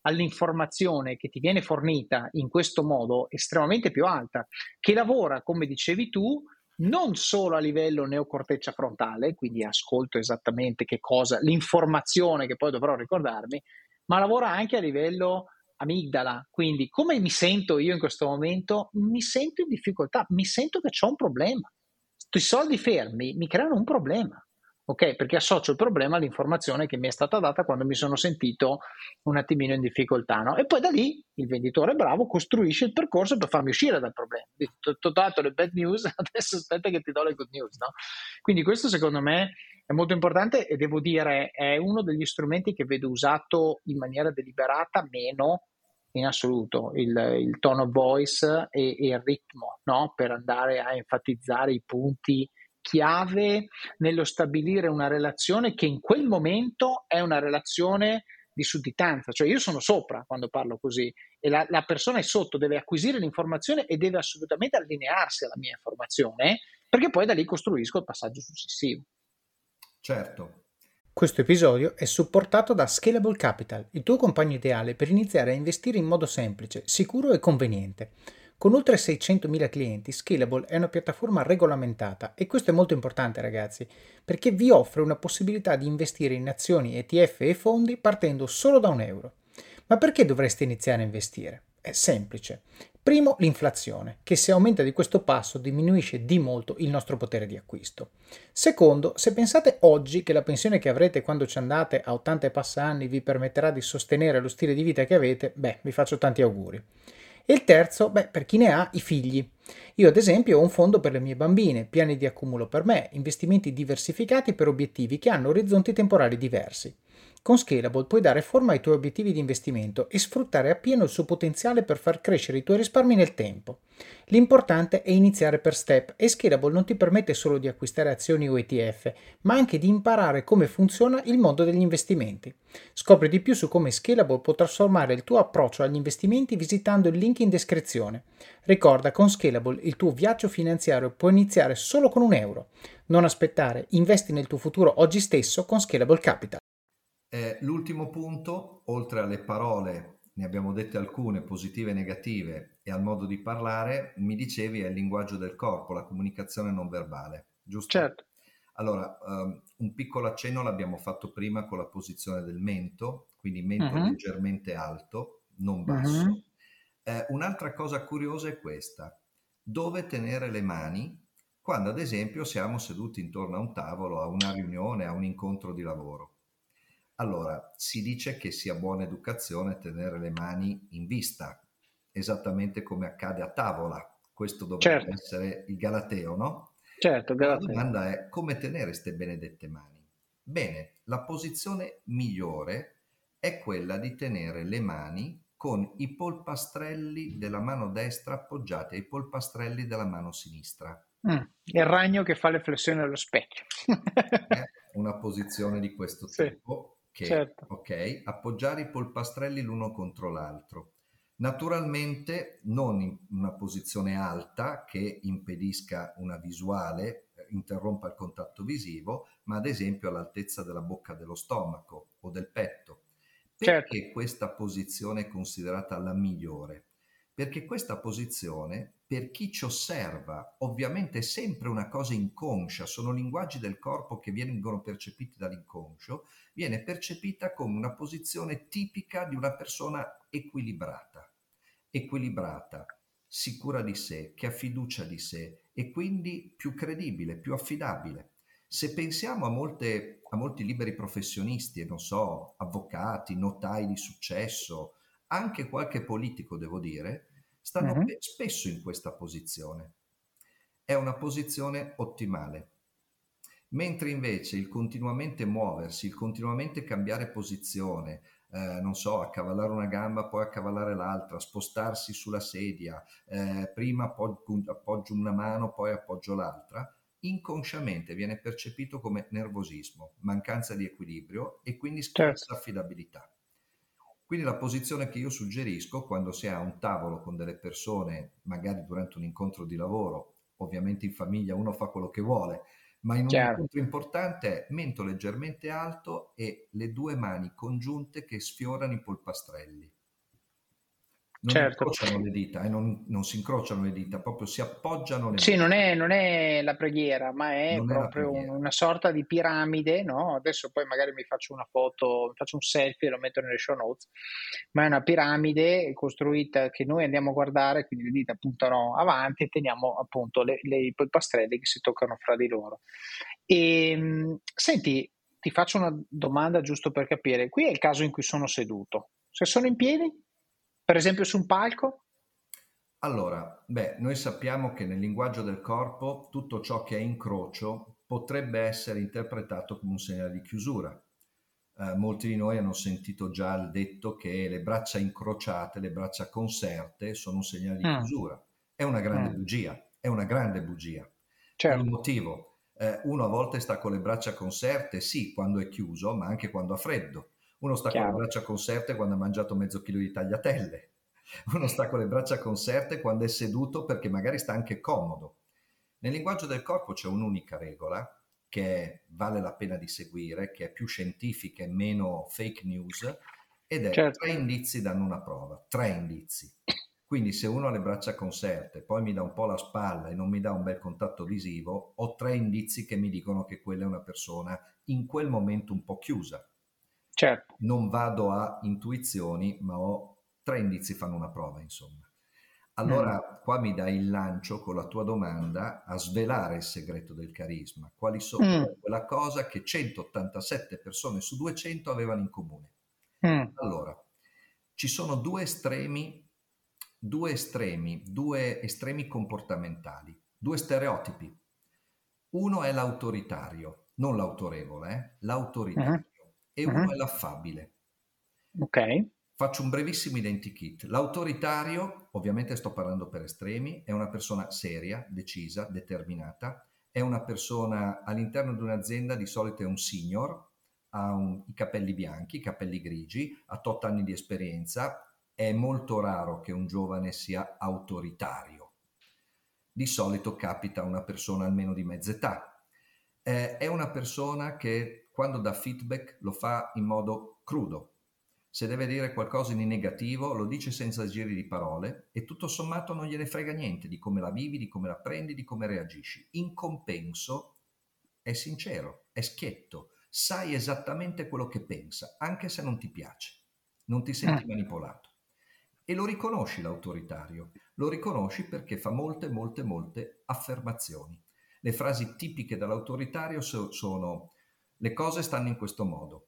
all'informazione che ti viene fornita in questo modo estremamente più alta, che lavora, come dicevi tu, non solo a livello neocorteccia frontale, quindi ascolto esattamente che cosa, l'informazione che poi dovrò ricordarmi, ma lavora anche a livello amigdala. Quindi come mi sento io in questo momento? Mi sento in difficoltà, mi sento che c'ho un problema. I soldi fermi mi creano un problema, ok? Perché associo il problema all'informazione che mi è stata data quando mi sono sentito un attimino in difficoltà, no? E poi da lì il venditore bravo costruisce il percorso per farmi uscire dal problema. Ti ho dato le bad news, adesso aspetta che ti do le good news, no? Quindi questo secondo me è molto importante e devo dire è uno degli strumenti che vedo usato in maniera deliberata meno in assoluto, il, il tone of voice e, e il ritmo, no? Per andare a enfatizzare i punti chiave nello stabilire una relazione che in quel momento è una relazione di sudditanza, cioè io sono sopra quando parlo così e la, la persona è sotto, deve acquisire l'informazione e deve assolutamente allinearsi alla mia informazione, perché poi da lì costruisco il passaggio successivo. Certo. Questo episodio è supportato da Scalable Capital, il tuo compagno ideale per iniziare a investire in modo semplice, sicuro e conveniente. Con oltre seicentomila clienti, Scalable è una piattaforma regolamentata e questo è molto importante, ragazzi, perché vi offre una possibilità di investire in azioni, E T F e fondi partendo solo da un euro. Ma perché dovreste iniziare a investire? È semplice. Primo, l'inflazione, che se aumenta di questo passo diminuisce di molto il nostro potere di acquisto. Secondo, se pensate oggi che la pensione che avrete quando ci andate a ottanta e passa anni vi permetterà di sostenere lo stile di vita che avete, beh, vi faccio tanti auguri. E il terzo, beh, per chi ne ha, i figli. Io ad esempio ho un fondo per le mie bambine, piani di accumulo per me, investimenti diversificati per obiettivi che hanno orizzonti temporali diversi. Con Scalable puoi dare forma ai tuoi obiettivi di investimento e sfruttare appieno il suo potenziale per far crescere i tuoi risparmi nel tempo. L'importante è iniziare per step e Scalable non ti permette solo di acquistare azioni o E T F, ma anche di imparare come funziona il mondo degli investimenti. Scopri di più su come Scalable può trasformare il tuo approccio agli investimenti visitando il link in descrizione. Ricorda, con Scalable il tuo viaggio finanziario può iniziare solo con un euro. Non aspettare, investi nel tuo futuro oggi stesso con Scalable Capital. Eh, l'ultimo punto, oltre alle parole, ne abbiamo dette alcune positive e negative, e al modo di parlare, mi dicevi è il linguaggio del corpo, la comunicazione non verbale, giusto? Certo. Allora, um, un piccolo accenno l'abbiamo fatto prima con la posizione del mento, quindi mento Uh-huh. leggermente alto, non basso. Uh-huh. Eh, un'altra cosa curiosa è questa: dove tenere le mani quando ad esempio siamo seduti intorno a un tavolo, a una riunione, a un incontro di lavoro. Allora, si dice che sia buona educazione tenere le mani in vista, esattamente come accade a tavola. Questo dovrebbe Certo. essere il galateo, no? Certo, Ma la grazie. domanda è: come tenere queste benedette mani? Bene, la posizione migliore è quella di tenere le mani con i polpastrelli della mano destra appoggiati ai polpastrelli della mano sinistra. Mm, il ragno che fa le flessioni allo specchio. È una posizione di questo Sì, tipo che, certo. ok, appoggiare i polpastrelli l'uno contro l'altro. Naturalmente non in una posizione alta che impedisca una visuale, eh, interrompa il contatto visivo, ma ad esempio all'altezza della bocca dello stomaco o del petto. Certo. Perché questa posizione è considerata la migliore? Perché questa posizione, per chi ci osserva, ovviamente è sempre una cosa inconscia, sono linguaggi del corpo che vengono percepiti dall'inconscio, viene percepita come una posizione tipica di una persona equilibrata, equilibrata, sicura di sé, che ha fiducia di sé e quindi più credibile, più affidabile. Se pensiamo a, molte, a molti liberi professionisti, non so, avvocati, notai di successo, anche qualche politico, devo dire, stanno Mhm. pe- spesso in questa posizione. È una posizione ottimale. Mentre invece il continuamente muoversi, il continuamente cambiare posizione, eh, non so, accavallare una gamba, poi accavallare l'altra, spostarsi sulla sedia, eh, prima appog- appoggio una mano, poi appoggio l'altra, inconsciamente viene percepito come nervosismo, mancanza di equilibrio e quindi Certo. scarsa affidabilità. Quindi la posizione che io suggerisco quando si ha un tavolo con delle persone, magari durante un incontro di lavoro, ovviamente in famiglia uno fa quello che vuole, Ma in un Chiaro. incontro importante è mento leggermente alto e le due mani congiunte che sfiorano i polpastrelli. Non Certo. incrociano le dita, e eh, non, non si incrociano le dita, proprio si appoggiano le Sì, mani. non è, non è la preghiera, ma è Non è la proprio un- preghiera. una sorta di piramide, no? Adesso poi magari mi faccio una foto, mi faccio un selfie e lo metto nelle show notes, ma è una piramide costruita che noi andiamo a guardare, quindi le dita puntano avanti e teniamo appunto le, le, i polpastrelli che si toccano fra di loro. E, mh, senti, ti faccio una domanda giusto per capire. Qui è il caso in cui sono seduto. Se sono in piedi, per esempio su un palco? Allora, beh, noi sappiamo che nel linguaggio del corpo tutto ciò che è incrocio potrebbe essere interpretato come un segnale di chiusura. Eh, molti di noi hanno sentito già il detto che le braccia incrociate, le braccia conserte sono un segnale di Mm, chiusura. È una grande mm, bugia, è una grande bugia. Per un certo, motivo, eh, uno a volte sta con le braccia conserte, sì, quando è chiuso, ma anche quando ha freddo. Uno sta con le chiaro. braccia conserte quando ha mangiato mezzo chilo di tagliatelle. Uno sta con le braccia conserte quando è seduto perché magari sta anche comodo. Nel linguaggio del corpo c'è un'unica regola che vale la pena di seguire, che è più scientifica e meno fake news, ed è Certo. tre indizi danno una prova, tre indizi. Quindi se uno ha le braccia conserte, poi mi dà un po' la spalla e non mi dà un bel contatto visivo, ho tre indizi che mi dicono che quella è una persona in quel momento un po' chiusa. Certo. Non vado a intuizioni, ma ho tre indizi fanno una prova, insomma. Allora, Mm. qua mi dai il lancio con la tua domanda a svelare il segreto del carisma. Quali sono Mm. quella cosa che centottantasette persone su duecento avevano in comune? Mm. Allora, ci sono due estremi, due estremi, due estremi comportamentali, due stereotipi. Uno è l'autoritario, non l'autorevole, eh? Mhm. L'autoritario, e uno Mhm. è l'affabile. Ok. Faccio un brevissimo identikit. L'autoritario, ovviamente sto parlando per estremi, è una persona seria, decisa, determinata, è una persona all'interno di un'azienda, di solito è un senior, ha un- i capelli bianchi, i capelli grigi, ha tot anni di esperienza, è molto raro che un giovane sia autoritario. Di solito capita a una persona almeno di mezza età. Eh, è una persona che quando dà feedback lo fa in modo crudo. Se deve dire qualcosa di negativo, lo dice senza giri di parole e tutto sommato non gliene frega niente di come la vivi, di come la prendi, di come reagisci. In compenso è sincero, è schietto, sai esattamente quello che pensa, anche se non ti piace, non ti senti Mm. manipolato. E lo riconosci l'autoritario, lo riconosci perché fa molte, molte, molte affermazioni. Le frasi tipiche dell'autoritario so- sono: le cose stanno in questo modo.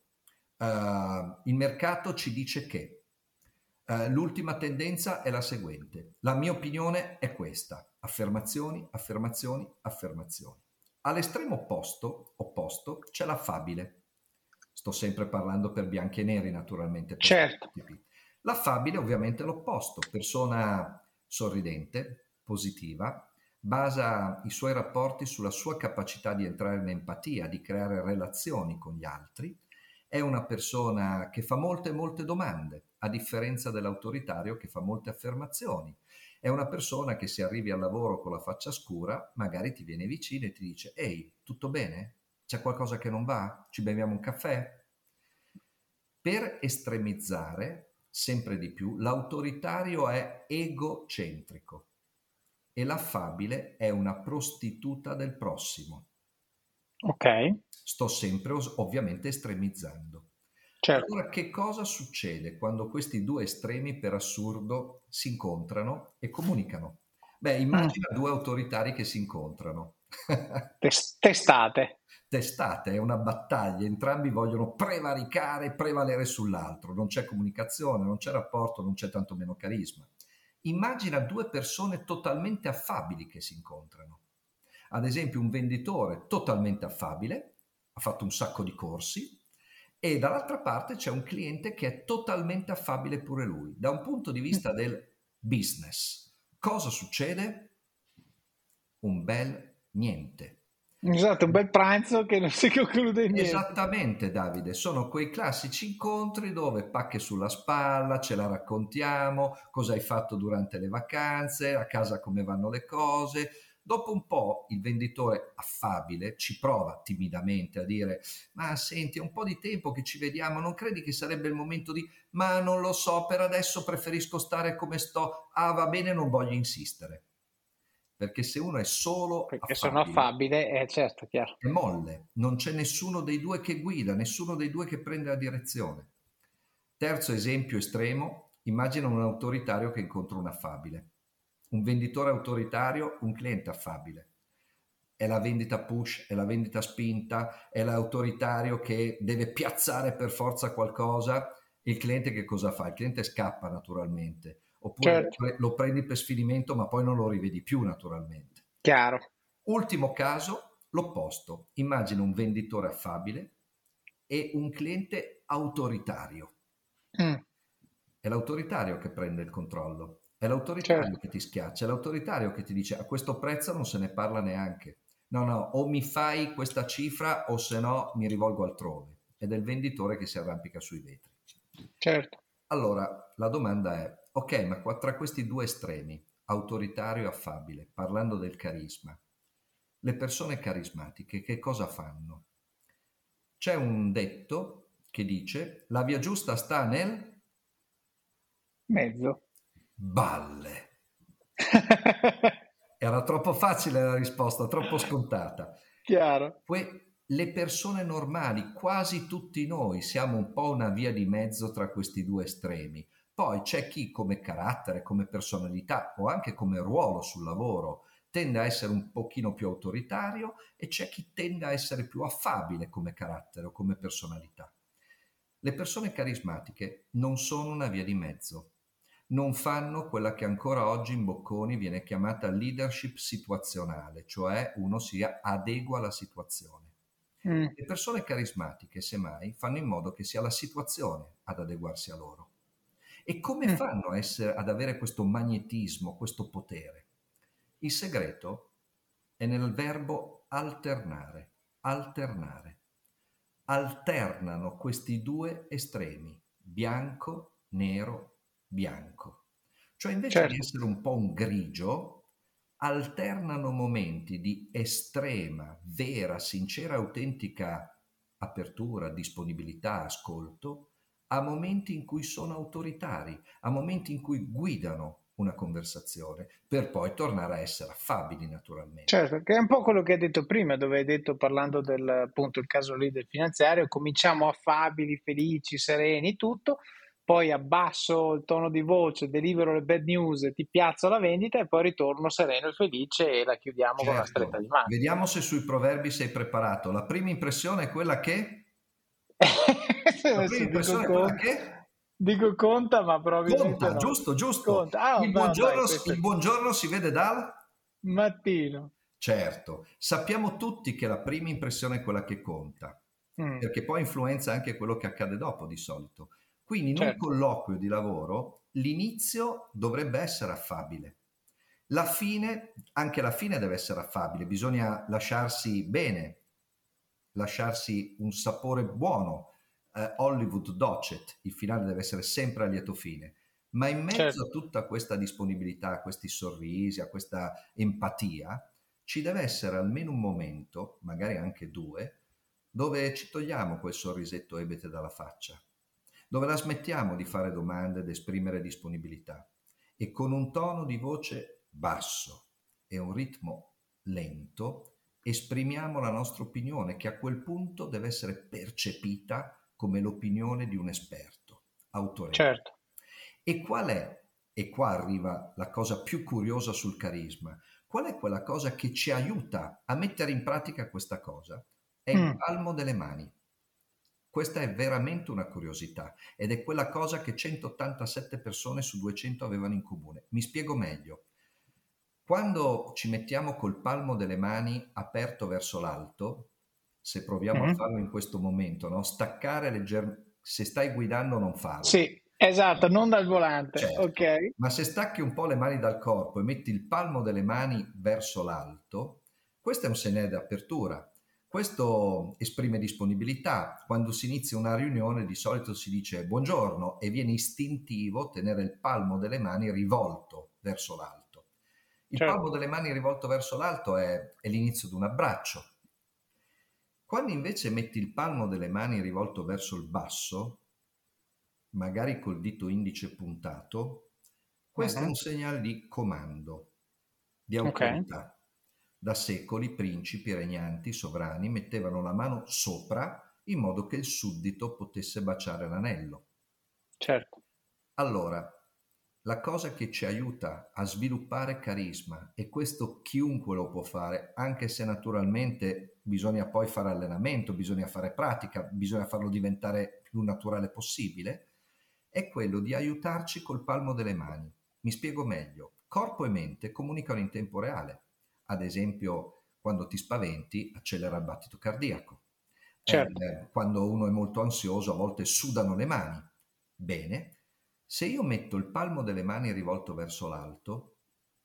Uh, il mercato ci dice che uh, l'ultima tendenza è la seguente, la mia opinione è questa, affermazioni, affermazioni, affermazioni. All'estremo opposto, opposto c'è l'affabile. Sto sempre parlando per bianchi e neri, naturalmente, per Certo. stereotipi. L'affabile ovviamente è l'opposto, persona sorridente, positiva, basa i suoi rapporti sulla sua capacità di entrare in empatia, di creare relazioni con gli altri. È una persona che fa molte, molte domande, a differenza dell'autoritario che fa molte affermazioni. È una persona che se arrivi al lavoro con la faccia scura, magari ti viene vicino e ti dice: ehi, tutto bene? C'è qualcosa che non va? Ci beviamo un caffè? Per estremizzare sempre di più, l'autoritario è egocentrico e l'affabile è una prostituta del prossimo. Ok. Sto sempre ovviamente estremizzando. Certo. Allora, che cosa succede quando questi due estremi, per assurdo, si incontrano e comunicano? Beh, Mm. immagina due autoritari che si incontrano. Tes- testate. Testate, è una battaglia, entrambi vogliono prevaricare e prevalere sull'altro, non c'è comunicazione, non c'è rapporto, non c'è tanto meno carisma. Immagina due persone totalmente affabili che si incontrano. Ad esempio un venditore totalmente affabile, ha fatto un sacco di corsi, e dall'altra parte c'è un cliente che è totalmente affabile pure lui. Da un punto di vista del business, cosa succede? Un bel niente. Esatto, un bel pranzo che non si conclude in niente. Esattamente, Davide, sono quei classici incontri dove pacche sulla spalla, ce la raccontiamo, cosa hai fatto durante le vacanze, a casa come vanno le cose, Dopo un po' il venditore affabile ci prova timidamente a dire: ma senti, è un po' di tempo che ci vediamo, non credi che sarebbe il momento di... ma non lo so, per adesso preferisco stare come sto, ah va bene, non voglio insistere. Perché se uno è solo Perché sono affabile, affabile, eh, certo, chiaro. è molle, non c'è nessuno dei due che guida, nessuno dei due che prende la direzione. Terzo esempio estremo, immagina un autoritario che incontra un affabile. Un venditore autoritario, un cliente affabile. È la vendita push, è la vendita spinta, è l'autoritario che deve piazzare per forza qualcosa. Il cliente che cosa fa? Il cliente scappa naturalmente, oppure Certo, lo prendi per sfinimento ma poi non lo rivedi più naturalmente. chiaro. Ultimo caso, l'opposto. Immagina un venditore affabile e un cliente autoritario. Mm, È l'autoritario che prende il controllo, è l'autoritario certo, che ti schiaccia, è l'autoritario che ti dice a questo prezzo non se ne parla neanche. No, no, o mi fai questa cifra o se no mi rivolgo altrove. Ed è il venditore che si arrampica sui vetri. certo. Allora, la domanda è, ok, ma qua- tra questi due estremi, autoritario e affabile, parlando del carisma, le persone carismatiche che cosa fanno? C'è un detto che dice la via giusta sta nel Mezzo. balle. Era troppo facile la risposta, troppo scontata. Chiaro. Que- le persone normali, quasi tutti noi, siamo un po' una via di mezzo tra questi due estremi. Poi c'è chi come carattere, come personalità o anche come ruolo sul lavoro tende a essere un pochino più autoritario e c'è chi tende a essere più affabile come carattere o come personalità. Le persone carismatiche non sono una via di mezzo. Non fanno quella che ancora oggi in Bocconi viene chiamata leadership situazionale, cioè uno si adegua alla situazione. Mm, Le persone carismatiche, semmai, fanno in modo che sia la situazione ad adeguarsi a loro. E come mm, fanno a essere, ad avere questo magnetismo, questo potere? Il segreto è nel verbo alternare, alternare. Alternano questi due estremi, bianco, nero, bianco. Cioè invece di certo, essere un po' un grigio, alternano momenti di estrema, vera, sincera, autentica apertura, disponibilità, ascolto, a momenti in cui sono autoritari, a momenti in cui guidano una conversazione, per poi tornare a essere affabili naturalmente. certo, che è un po' quello che hai detto prima, dove hai detto, parlando del appunto il caso lì del finanziario, cominciamo affabili, felici, sereni, tutto, poi abbasso il tono di voce, delivero le bad news, ti piazzo la vendita e poi ritorno sereno e felice e la chiudiamo con una stretta Certo, di mano. vediamo se sui proverbi sei preparato. La prima impressione è quella che... La prima Adesso dico impressione è quella conta, che... dico conta, ma probabilmente Conta, no. giusto, giusto. Conta. Ah, Il va, vai, buongiorno, questo il è buongiorno si vede dal... mattino. Certo, sappiamo tutti che la prima impressione è quella che conta, Mm, perché poi influenza anche quello che accade dopo di solito. Quindi in un certo, colloquio di lavoro l'inizio dovrebbe essere affabile. La fine, anche la fine deve essere affabile, bisogna lasciarsi bene, lasciarsi un sapore buono. Eh, Hollywood docet, il finale deve essere sempre a lieto fine. Ma in mezzo certo. a tutta questa disponibilità, a questi sorrisi, a questa empatia, ci deve essere almeno un momento, magari anche due, dove ci togliamo quel sorrisetto ebete dalla faccia, dove la smettiamo di fare domande ed esprimere disponibilità e con un tono di voce basso e un ritmo lento esprimiamo la nostra opinione che a quel punto deve essere percepita come l'opinione di un esperto autorevole. Certo. E qual è, e qua arriva la cosa più curiosa sul carisma, qual è quella cosa che ci aiuta a mettere in pratica questa cosa? È il Mm, palmo delle mani. Questa è veramente una curiosità ed è quella cosa che centottantasette persone su duecento avevano in comune. Mi spiego meglio. Quando ci mettiamo col palmo delle mani aperto verso l'alto, se proviamo a mhm. farlo in questo momento, no? Staccare leggermente, se stai guidando non farlo. Sì, esatto, non dal volante, Certo, ok? ma se stacchi un po' le mani dal corpo e metti il palmo delle mani verso l'alto, questo è un segnale di apertura. Questo esprime disponibilità. Quando si inizia una riunione di solito si dice buongiorno e viene istintivo tenere il palmo delle mani rivolto verso l'alto. Il Certo. palmo delle mani rivolto verso l'alto è, è l'inizio di un abbraccio. Quando invece metti il palmo delle mani rivolto verso il basso, magari col dito indice puntato, questo è Mhm. un segnale di comando, di Ok, autorità. Da secoli principi regnanti, sovrani, mettevano la mano sopra in modo che il suddito potesse baciare l'anello. certo. Allora, la cosa che ci aiuta a sviluppare carisma, e questo chiunque lo può fare, anche se naturalmente bisogna poi fare allenamento, bisogna fare pratica, bisogna farlo diventare più naturale possibile, è quello di aiutarci col palmo delle mani. Mi spiego meglio. Corpo e mente comunicano in tempo reale. Ad esempio, quando ti spaventi, accelera il battito cardiaco. Certo. Eh, quando uno è molto ansioso, a volte sudano le mani. Bene, se io metto il palmo delle mani rivolto verso l'alto,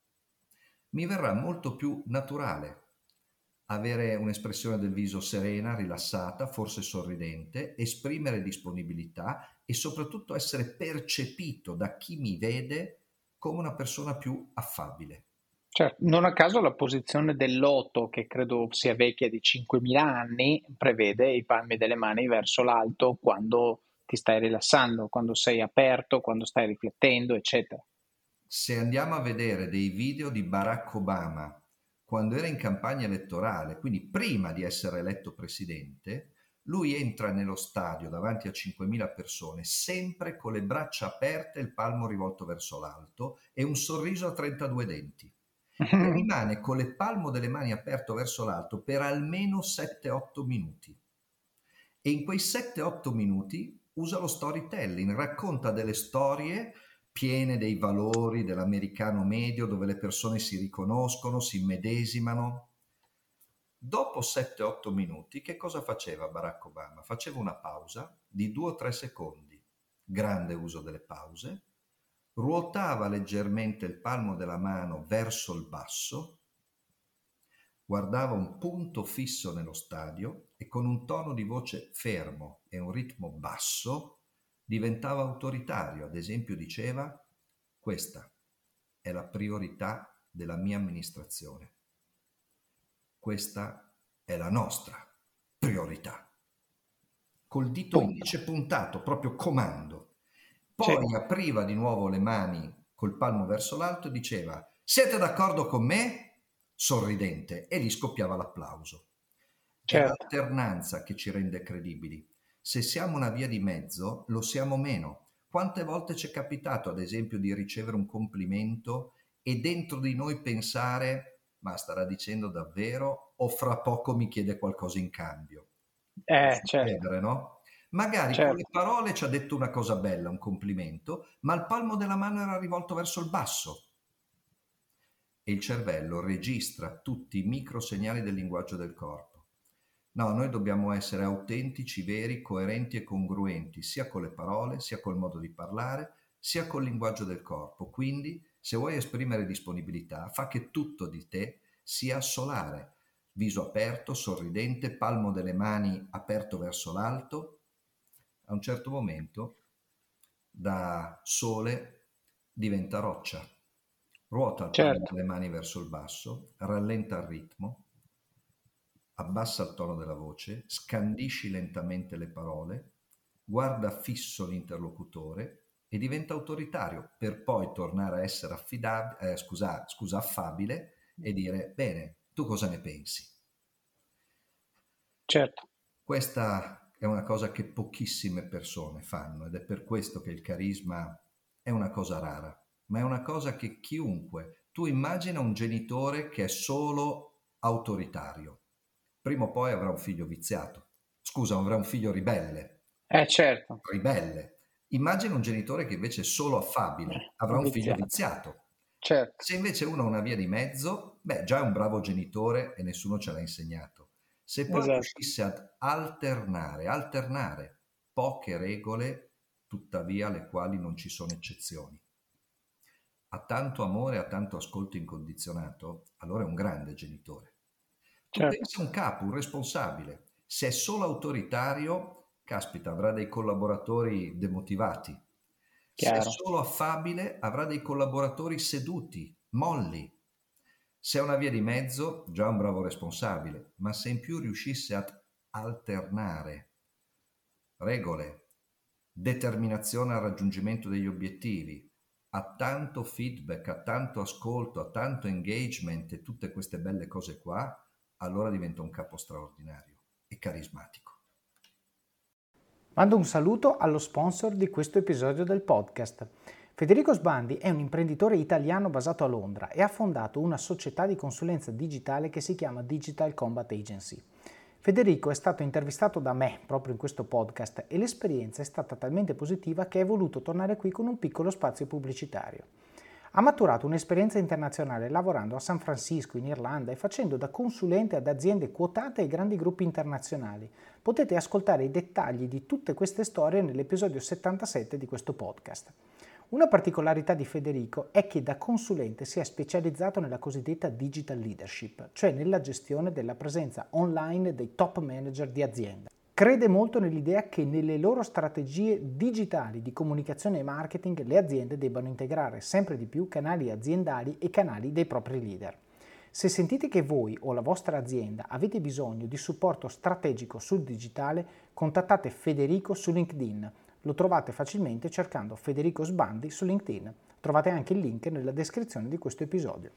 mi verrà molto più naturale avere un'espressione del viso serena, rilassata, forse sorridente, esprimere disponibilità e soprattutto essere percepito da chi mi vede come una persona più affabile. Certo, non a caso la posizione dell'otto, che credo sia vecchia di cinquemila anni, prevede i palmi delle mani verso l'alto quando ti stai rilassando, quando sei aperto, quando stai riflettendo, eccetera. Se andiamo a vedere dei video di Barack Obama quando era in campagna elettorale, quindi prima di essere eletto presidente, lui entra nello stadio davanti a cinquemila persone sempre con le braccia aperte e il palmo rivolto verso l'alto e un sorriso a trentadue denti. E rimane con le palmo delle mani aperto verso l'alto per almeno sette otto minuti. E in quei sette otto minuti usa lo storytelling, racconta delle storie piene dei valori dell'americano medio, dove le persone si riconoscono, si immedesimano. Dopo sette otto minuti, che cosa faceva Barack Obama? Faceva una pausa di due o tre secondi, grande uso delle pause, ruotava leggermente il palmo della mano verso il basso, guardava un punto fisso nello stadio e con un tono di voce fermo e un ritmo basso diventava autoritario. Ad esempio diceva: questa è la priorità della mia amministrazione. Questa è la nostra priorità. Col dito Punto. indice puntato, proprio comando. Sì, Poi apriva di nuovo le mani col palmo verso l'alto e diceva: siete d'accordo con me? Sorridente, e gli scoppiava l'applauso. È certo. l'alternanza che ci rende credibili. Se siamo una via di mezzo, lo siamo meno. Quante volte ci è capitato, ad esempio, di ricevere un complimento e dentro di noi pensare: ma starà dicendo davvero o fra poco mi chiede qualcosa in cambio? Può Eh, certo, succedere, no? Magari con le certo, parole ci ha detto una cosa bella, un complimento, ma il palmo della mano era rivolto verso il basso e il cervello registra tutti i microsegnali del linguaggio del corpo. No, noi dobbiamo essere autentici, veri, coerenti e congruenti, sia con le parole, sia col modo di parlare, sia col linguaggio del corpo. Quindi, se vuoi esprimere disponibilità, fa che tutto di te sia solare, viso aperto, sorridente, palmo delle mani aperto verso l'alto. A un certo momento, da sole diventa roccia. Ruota il palmo certo, delle mani verso il basso, rallenta il ritmo, abbassa il tono della voce, scandisci lentamente le parole, guarda fisso l'interlocutore e diventa autoritario per poi tornare a essere affidab- eh, scusa, scusa, affabile e dire: bene, tu cosa ne pensi? certo. Questa è una cosa che pochissime persone fanno ed è per questo che il carisma è una cosa rara, ma è una cosa che chiunque, tu immagina un genitore che è solo autoritario, prima o poi avrà un figlio viziato, scusa, avrà un figlio ribelle, Eh, certo, ribelle. Immagina un genitore che invece è solo affabile, avrà un figlio viziato, viziato. certo, Se invece uno ha una via di mezzo, beh, già è un bravo genitore e nessuno ce l'ha insegnato. Se poi esatto, riuscisse ad alternare, alternare poche regole, tuttavia alle quali non ci sono eccezioni, ha tanto amore, ha tanto ascolto incondizionato, allora è un grande genitore. Tu certo, pensa a un capo, un responsabile. Se è solo autoritario, caspita, avrà dei collaboratori demotivati. Se è chiaro, solo affabile, avrà dei collaboratori seduti, molli. Se è una via di mezzo, già un bravo responsabile, ma se in più riuscisse ad alternare regole, determinazione al raggiungimento degli obiettivi, a tanto feedback, a tanto ascolto, a tanto engagement e tutte queste belle cose qua, allora diventa un capo straordinario e carismatico. Mando un saluto allo sponsor di questo episodio del podcast. Federico Sbandi è un imprenditore italiano basato a Londra e ha fondato una società di consulenza digitale che si chiama Digital Combat Agency. Federico è stato intervistato da me proprio in questo podcast e l'esperienza è stata talmente positiva che è voluto tornare qui con un piccolo spazio pubblicitario. Ha maturato un'esperienza internazionale lavorando a San Francisco, in Irlanda, e facendo da consulente ad aziende quotate e grandi gruppi internazionali. Potete ascoltare i dettagli di tutte queste storie nell'episodio settantasette di questo podcast. Una particolarità di Federico è che da consulente si è specializzato nella cosiddetta digital leadership, cioè nella gestione della presenza online dei top manager di azienda. Crede molto nell'idea che nelle loro strategie digitali di comunicazione e marketing le aziende debbano integrare sempre di più canali aziendali e canali dei propri leader. Se sentite che voi o la vostra azienda avete bisogno di supporto strategico sul digitale, contattate Federico su LinkedIn. Lo trovate facilmente cercando Federico Sbandi su LinkedIn. Trovate anche il link nella descrizione di questo episodio.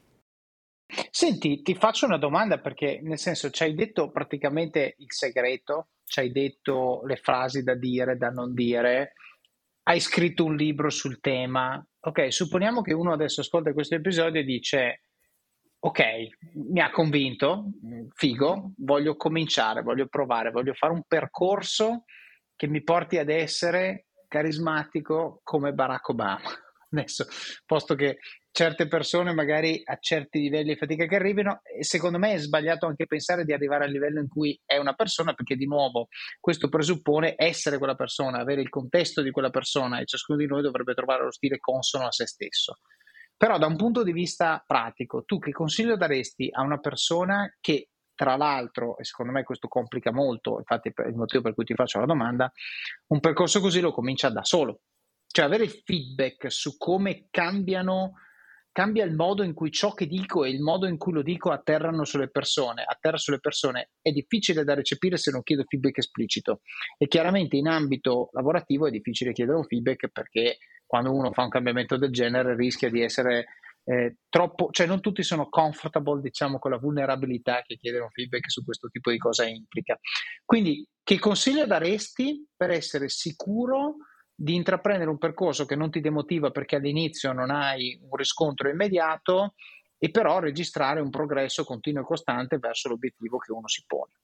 Senti, ti faccio una domanda perché nel senso ci hai detto praticamente il segreto, ci hai detto le frasi da dire, da non dire, hai scritto un libro sul tema. Ok, supponiamo che uno adesso ascolta questo episodio e dice ok, mi ha convinto, figo, voglio cominciare, voglio provare, voglio fare un percorso che mi porti ad essere carismatico come Barack Obama. Adesso, posto che certe persone magari a certi livelli di fatica che arrivino, e secondo me è sbagliato anche pensare di arrivare al livello in cui è una persona, perché di nuovo questo presuppone essere quella persona, avere il contesto di quella persona, e ciascuno di noi dovrebbe trovare lo stile consono a se stesso. Però da un punto di vista pratico, tu che consiglio daresti a una persona che, tra l'altro, e secondo me questo complica molto, infatti è il motivo per cui ti faccio la domanda, un percorso così lo comincia da solo? Cioè avere feedback su come cambiano, cambia il modo in cui ciò che dico e il modo in cui lo dico atterrano sulle persone, atterra sulle persone, è difficile da recepire se non chiedo feedback esplicito. E chiaramente in ambito lavorativo è difficile chiedere un feedback perché quando uno fa un cambiamento del genere rischia di essere eh, troppo, cioè non tutti sono comfortable, diciamo, con la vulnerabilità che chiedere un feedback su questo tipo di cosa implica. Quindi che consiglio daresti per essere sicuro di intraprendere un percorso che non ti demotiva perché all'inizio non hai un riscontro immediato e però registrare un progresso continuo e costante verso l'obiettivo che uno si pone?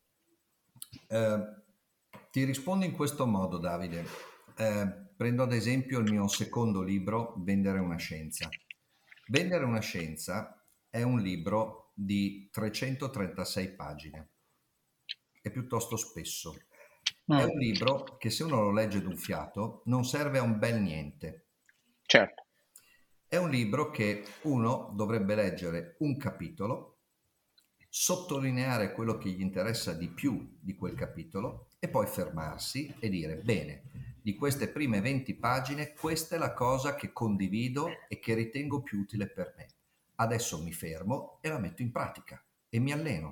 Eh, ti rispondo in questo modo, Davide. Eh, prendo ad esempio il mio secondo libro, Vendere una scienza. Vendere una scienza è un libro di trecentotrentasei pagine, è piuttosto spesso. È un libro che se uno lo legge d'un fiato non serve a un bel niente. Certo. È un libro che uno dovrebbe leggere un capitolo, sottolineare quello che gli interessa di più di quel capitolo e poi fermarsi e dire: bene, di queste prime venti pagine questa è la cosa che condivido e che ritengo più utile per me. Adesso mi fermo e la metto in pratica e mi alleno.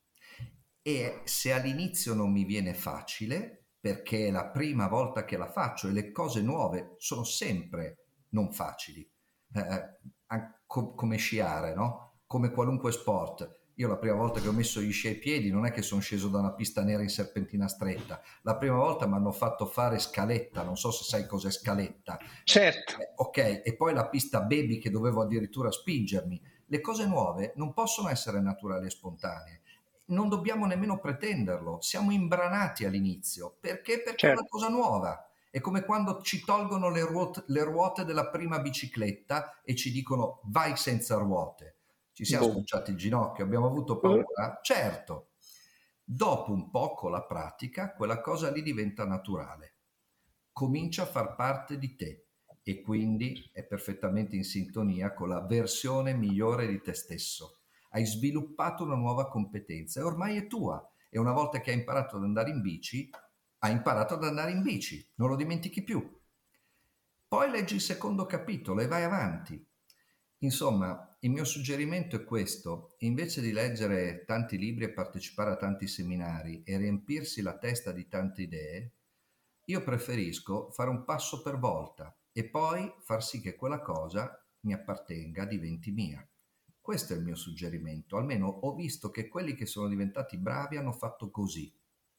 E se all'inizio non mi viene facile, perché è la prima volta che la faccio e le cose nuove sono sempre non facili, eh, co- come sciare, no? Come qualunque sport. Io la prima volta che ho messo gli sci ai piedi non è che sono sceso da una pista nera in serpentina stretta, la prima volta mi hanno fatto fare scaletta, non so se sai cos'è scaletta. Certo. Eh, ok, e poi la pista baby che dovevo addirittura spingermi. Le cose nuove non possono essere naturali e spontanee. Non dobbiamo nemmeno pretenderlo, siamo imbranati all'inizio. Perché? Perché certo. È una cosa nuova. È come quando ci tolgono le ruote, le ruote della prima bicicletta e ci dicono vai senza ruote. Ci siamo boh. Sbucciati il ginocchio, abbiamo avuto paura? Certo. Dopo un po' con la pratica, quella cosa lì diventa naturale. Comincia a far parte di te e quindi è perfettamente in sintonia con la versione migliore di te stesso. Hai sviluppato una nuova competenza e ormai è tua. E una volta che hai imparato ad andare in bici, hai imparato ad andare in bici, non lo dimentichi più. Poi leggi il secondo capitolo e vai avanti. Insomma, il mio suggerimento è questo: invece di leggere tanti libri e partecipare a tanti seminari e riempirsi la testa di tante idee, io preferisco fare un passo per volta e poi far sì che quella cosa mi appartenga, diventi mia. Questo è il mio suggerimento. Almeno ho visto che quelli che sono diventati bravi hanno fatto così.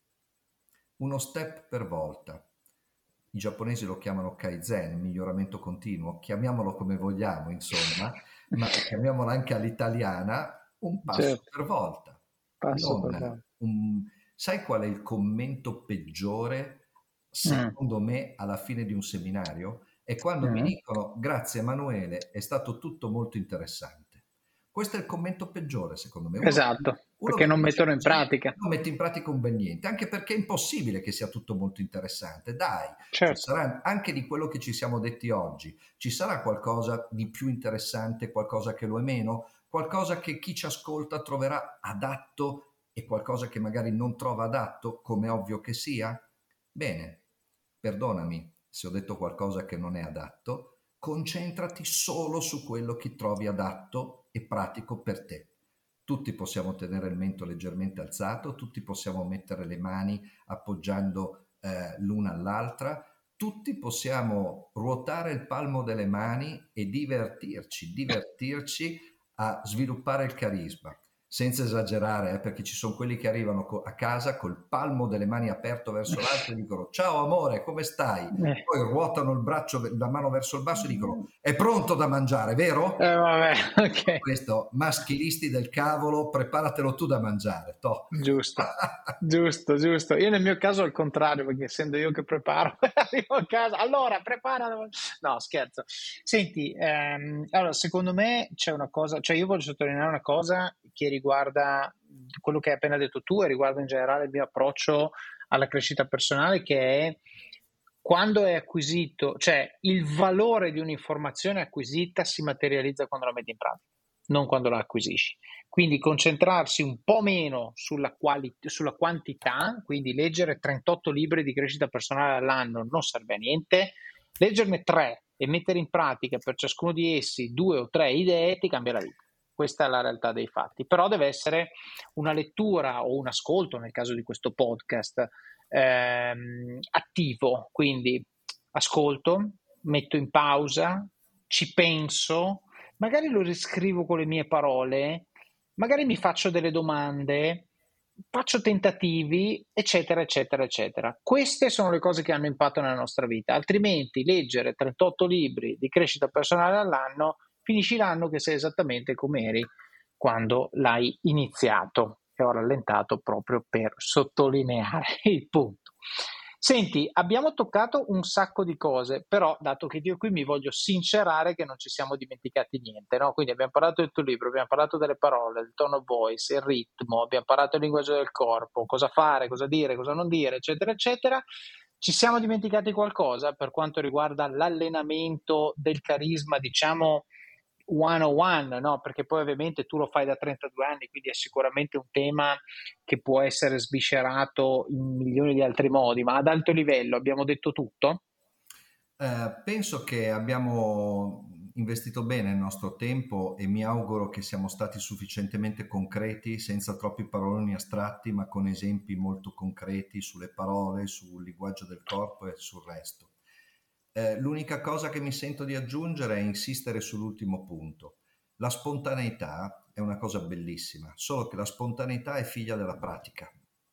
Uno step per volta. I giapponesi lo chiamano Kaizen, miglioramento continuo, chiamiamolo come vogliamo, insomma, ma chiamiamolo anche all'italiana, un passo Certo, per volta. passo per Non volta. un... Sai qual è il commento peggiore, Mm, secondo me, alla fine di un seminario? È quando mi mm. dicono: grazie Emanuele, è stato tutto molto interessante. Questo è il commento peggiore, secondo me. Uno, Esatto, uno perché che non dice mettono in così pratica. non mette in pratica un bel niente, anche perché è impossibile che sia tutto molto interessante. Dai, ci Certo. sarà anche di quello che ci siamo detti oggi, ci sarà qualcosa di più interessante, qualcosa che lo è meno, qualcosa che chi ci ascolta troverà adatto e qualcosa che magari non trova adatto, come è ovvio che sia? Bene, perdonami se ho detto qualcosa che non è adatto, concentrati solo su quello che trovi adatto e pratico per te. Tutti possiamo tenere il mento leggermente alzato, tutti possiamo mettere le mani appoggiando eh, l'una all'altra, tutti possiamo ruotare il palmo delle mani e divertirci, divertirci a sviluppare il carisma, senza esagerare, eh, perché ci sono quelli che arrivano co- a casa col palmo delle mani aperto verso l'alto e dicono: ciao amore, come stai? Eh. Poi ruotano il braccio, la mano verso il basso e dicono: è pronto da mangiare, vero? Eh, vabbè, ok. Questo, maschilisti del cavolo, preparatelo tu da mangiare, toh. Giusto, giusto, giusto. Io nel mio caso al contrario, perché essendo io che preparo, arrivo a casa, allora prepara. No, scherzo. Senti, ehm, allora, secondo me c'è una cosa, cioè io voglio sottolineare una cosa che riguarda quello che hai appena detto tu e riguarda in generale il mio approccio alla crescita personale, che è quando è acquisito, cioè il valore di un'informazione acquisita si materializza quando la metti in pratica, non quando la acquisisci. Quindi concentrarsi un po' meno sulla, quali- sulla quantità, quindi leggere trentotto libri di crescita personale all'anno non serve a niente, leggerne tre e mettere in pratica per ciascuno di essi due o tre idee ti cambia la vita. Questa è la realtà dei fatti, però deve essere una lettura o un ascolto, nel caso di questo podcast, ehm, attivo, quindi ascolto, metto in pausa, ci penso, magari lo riscrivo con le mie parole, magari mi faccio delle domande, faccio tentativi, eccetera, eccetera, eccetera. Queste sono le cose che hanno impatto nella nostra vita, altrimenti leggere trentotto libri di crescita personale all'anno, finisci l'anno che sei esattamente come eri quando l'hai iniziato, e ho rallentato proprio per sottolineare il punto. Senti, abbiamo toccato un sacco di cose, però dato che io qui mi voglio sincerare che non ci siamo dimenticati niente, no? Quindi abbiamo parlato del tuo libro, abbiamo parlato delle parole, del tone of voice, il ritmo, abbiamo parlato del linguaggio del corpo, cosa fare, cosa dire, cosa non dire, eccetera, eccetera. Ci siamo dimenticati qualcosa per quanto riguarda l'allenamento del carisma, diciamo centouno, no? Perché poi ovviamente tu lo fai da trentadue anni, quindi è sicuramente un tema che può essere sviscerato in milioni di altri modi, ma ad alto livello abbiamo detto tutto? Eh, penso che abbiamo investito bene il nostro tempo e mi auguro che siamo stati sufficientemente concreti, senza troppi paroloni astratti, ma con esempi molto concreti sulle parole, sul linguaggio del corpo e sul resto. Eh, l'unica cosa che mi sento di aggiungere è insistere sull'ultimo punto. La spontaneità è una cosa bellissima, solo che la spontaneità è figlia della pratica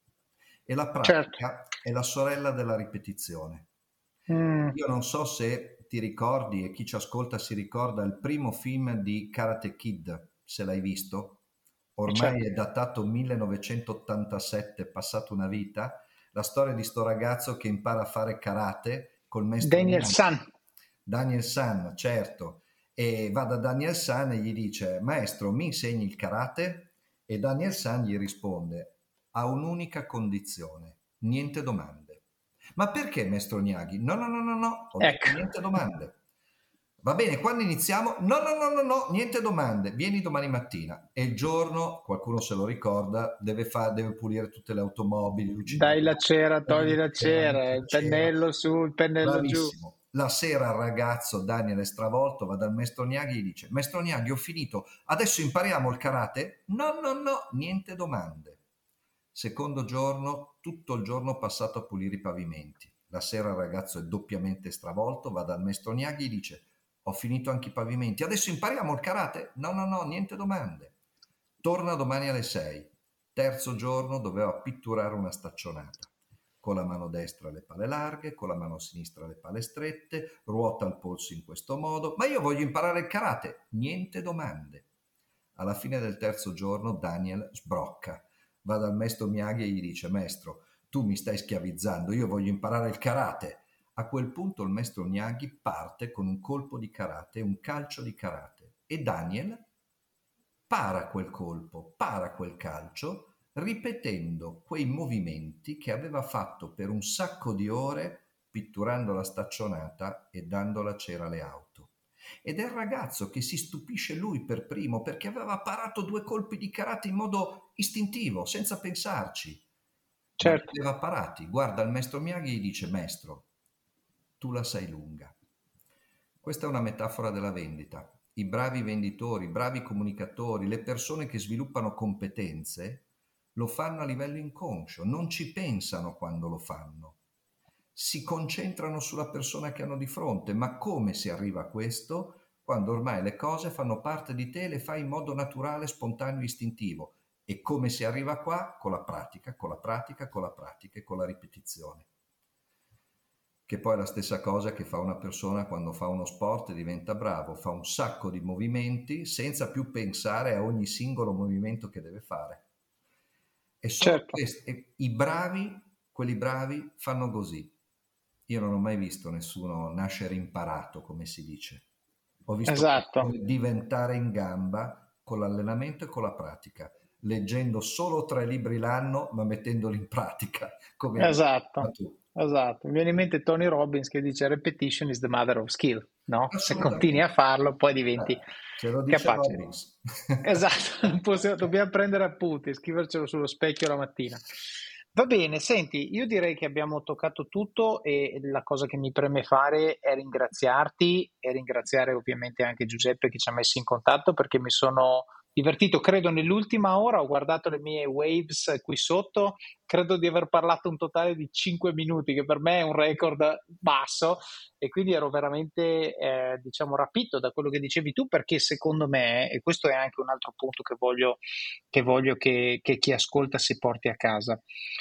e la Certo. pratica è la sorella della ripetizione. Mm, Io non so se ti ricordi e chi ci ascolta si ricorda il primo film di Karate Kid, se l'hai visto. Ormai certo. è datato millenovecentottantasette, è passata una vita. La storia di sto ragazzo che impara a fare karate col maestro Daniel Miyagi. San. Daniel San, certo. E va da Daniel San e gli dice: maestro, mi insegni il karate? E Daniel San gli risponde: a un'unica condizione, niente domande. Ma perché, maestro Miyagi? No, no, no, no, no, ho detto Ecco, niente domande. Va bene, quando iniziamo? No, no, no, no, no, niente domande, vieni domani mattina. E il giorno, qualcuno se lo ricorda, deve, fa- deve pulire tutte le automobili, luci di dai la lampade, cera, togli togli la la cera, metti cera, la il cera. pennello su, il pennello giù. Bravissimo. La sera il ragazzo Daniel è stravolto, va dal maestro Miyagi e gli dice: maestro Miyagi, ho finito, adesso impariamo il karate? No, no, no, niente domande. Secondo giorno, tutto il giorno passato a pulire i pavimenti. La sera il ragazzo è doppiamente stravolto, va dal maestro Miyagi e dice: ho finito anche i pavimenti, adesso impariamo il karate? No, no, no, niente domande. Torna domani alle sei. Terzo giorno doveva pitturare una staccionata. Con la mano destra le pale larghe, con la mano sinistra le pale strette, ruota il polso in questo modo. Ma io voglio imparare il karate. Niente domande. Alla fine del terzo giorno Daniel sbrocca. Va dal maestro Miyagi e gli dice: maestro, tu mi stai schiavizzando, io voglio imparare il karate. A quel punto il maestro Miyagi parte con un colpo di karate, un calcio di karate, e Daniel para quel colpo, para quel calcio, ripetendo quei movimenti che aveva fatto per un sacco di ore pitturando la staccionata e dando la cera alle auto. Ed è il ragazzo che si stupisce lui per primo perché aveva parato due colpi di karate in modo istintivo, senza pensarci. Certo. Ma li aveva parati. Guarda il maestro Miyagi e gli dice: maestro, tu la sai lunga. Questa è una metafora della vendita. I bravi venditori, i bravi comunicatori, le persone che sviluppano competenze lo fanno a livello inconscio, non ci pensano quando lo fanno. Si concentrano sulla persona che hanno di fronte, ma come si arriva a questo? Quando ormai le cose fanno parte di te e le fai in modo naturale, spontaneo, istintivo. E come si arriva qua? Con la pratica, con la pratica, con la pratica e con la ripetizione. Che poi è la stessa cosa che fa una persona quando fa uno sport e diventa bravo, fa un sacco di movimenti senza più pensare a ogni singolo movimento che deve fare. E solo Certo. questi, e i bravi, quelli bravi, fanno così. Io non ho mai visto nessuno nascere imparato, come si dice. Ho visto Esatto. persone diventare in gamba con l'allenamento e con la pratica, leggendo solo tre libri l'anno, ma mettendoli in pratica, come Esatto. tu. Esatto, mi viene in mente Tony Robbins che dice repetition is the mother of skill, no? Se continui Assolutamente. a farlo poi diventi Eh, ce lo dice capace. Robbins. Esatto, possiamo- dobbiamo prendere appunti, scrivercelo sullo specchio la mattina. Va bene, senti, io direi che abbiamo toccato tutto e la cosa che mi preme fare è ringraziarti e ringraziare ovviamente anche Giuseppe che ci ha messo in contatto perché mi sono divertito, credo nell'ultima ora ho guardato le mie waves qui sotto, credo di aver parlato un totale di cinque minuti, che per me è un record basso e quindi ero veramente eh, diciamo rapito da quello che dicevi tu perché secondo me, e questo è anche un altro punto che voglio che, voglio che, che chi ascolta si porti a casa,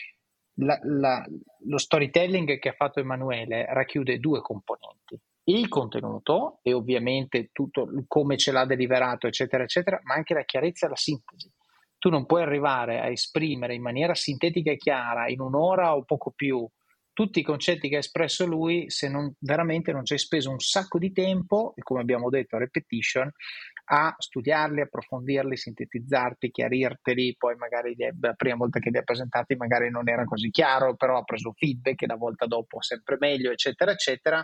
la, la, lo storytelling che ha fatto Emanuele racchiude due componenti: il contenuto e ovviamente tutto come ce l'ha deliberato eccetera eccetera, ma anche la chiarezza e la sintesi. Tu non puoi arrivare a esprimere in maniera sintetica e chiara in un'ora o poco più tutti i concetti che ha espresso lui se non veramente non ci hai speso un sacco di tempo e come abbiamo detto a repetition a studiarli, approfondirli, sintetizzarti, chiarirteli, poi magari la prima volta che li ha presentati magari non era così chiaro, però ha preso feedback e la volta dopo sempre meglio eccetera eccetera.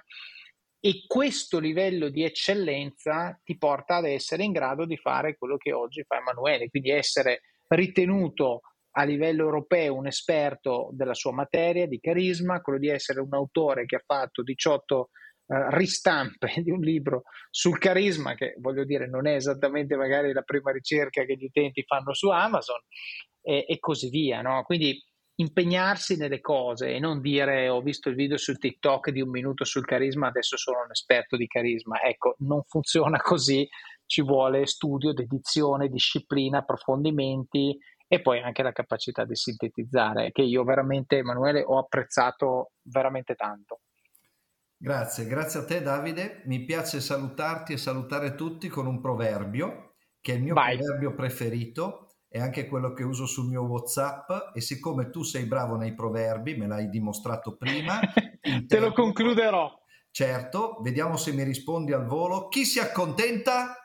E questo livello di eccellenza ti porta ad essere in grado di fare quello che oggi fa Emanuele, quindi essere ritenuto a livello europeo un esperto della sua materia, di carisma, quello di essere un autore che ha fatto diciotto eh, ristampe di un libro sul carisma, che voglio dire non è esattamente magari la prima ricerca che gli utenti fanno su Amazon, e, e così via, no? Quindi impegnarsi nelle cose e non dire ho visto il video su TikTok di un minuto sul carisma, adesso sono un esperto di carisma. Ecco, non funziona così, ci vuole studio, dedizione, disciplina, approfondimenti e poi anche la capacità di sintetizzare, che io veramente, Emanuele, ho apprezzato veramente tanto. Grazie, grazie a te Davide. Mi piace salutarti e salutare tutti con un proverbio, che è il mio Vai. proverbio preferito, è anche quello che uso sul mio WhatsApp e siccome tu sei bravo nei proverbi, me l'hai dimostrato prima, ti Te lo interrogo. concluderò. Certo, vediamo se mi rispondi al volo. Chi si accontenta?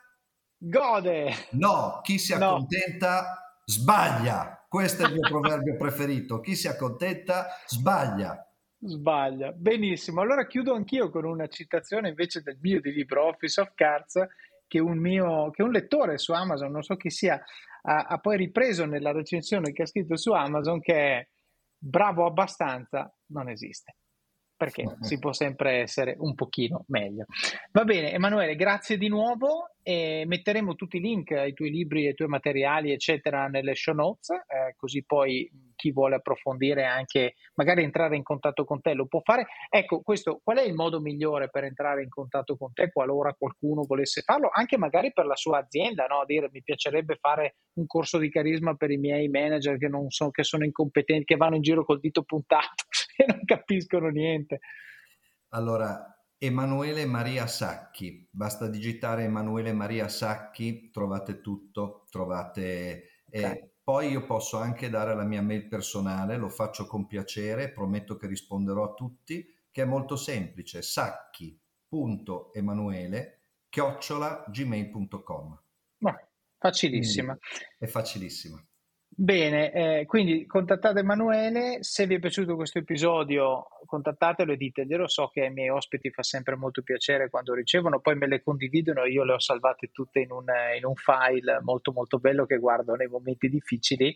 Gode. No, chi si No. accontenta sbaglia. Questo è il mio proverbio preferito. Chi si accontenta sbaglia. Sbaglia. Benissimo. Allora chiudo anch'io con una citazione invece del mio di libro Office of Cards che un mio che un lettore su Amazon, non so chi sia, ha, ha poi ripreso nella recensione che ha scritto su Amazon, che è bravo abbastanza non esiste. perché si può sempre essere un pochino meglio. Va bene, Emanuele, grazie di nuovo. E metteremo tutti i link ai tuoi libri, ai tuoi materiali, eccetera, nelle show notes, eh, così poi chi vuole approfondire, anche magari entrare in contatto con te, lo può fare. Ecco, questo, qual è il modo migliore per entrare in contatto con te qualora qualcuno volesse farlo, anche magari per la sua azienda, no? Dire, mi piacerebbe fare un corso di carisma per i miei manager che non so, che sono incompetenti, che vanno in giro col dito puntato e non capiscono niente. Allora, Emanuele Maria Sacchi, basta digitare Emanuele Maria Sacchi, trovate tutto, trovate... Okay. Eh, poi io posso anche dare la mia mail personale, lo faccio con piacere, prometto che risponderò a tutti, che è molto semplice, sacchi.emanuele chiocciola gmail punto com. Ma, facilissima. Quindi è facilissima. Bene, eh, quindi contattate Emanuele. Se vi è piaciuto questo episodio, contattatelo e diteglielo. So che ai miei ospiti fa sempre molto piacere quando ricevono, poi me le condividono. Io le ho salvate tutte in un, in un file molto molto bello che guardo nei momenti difficili.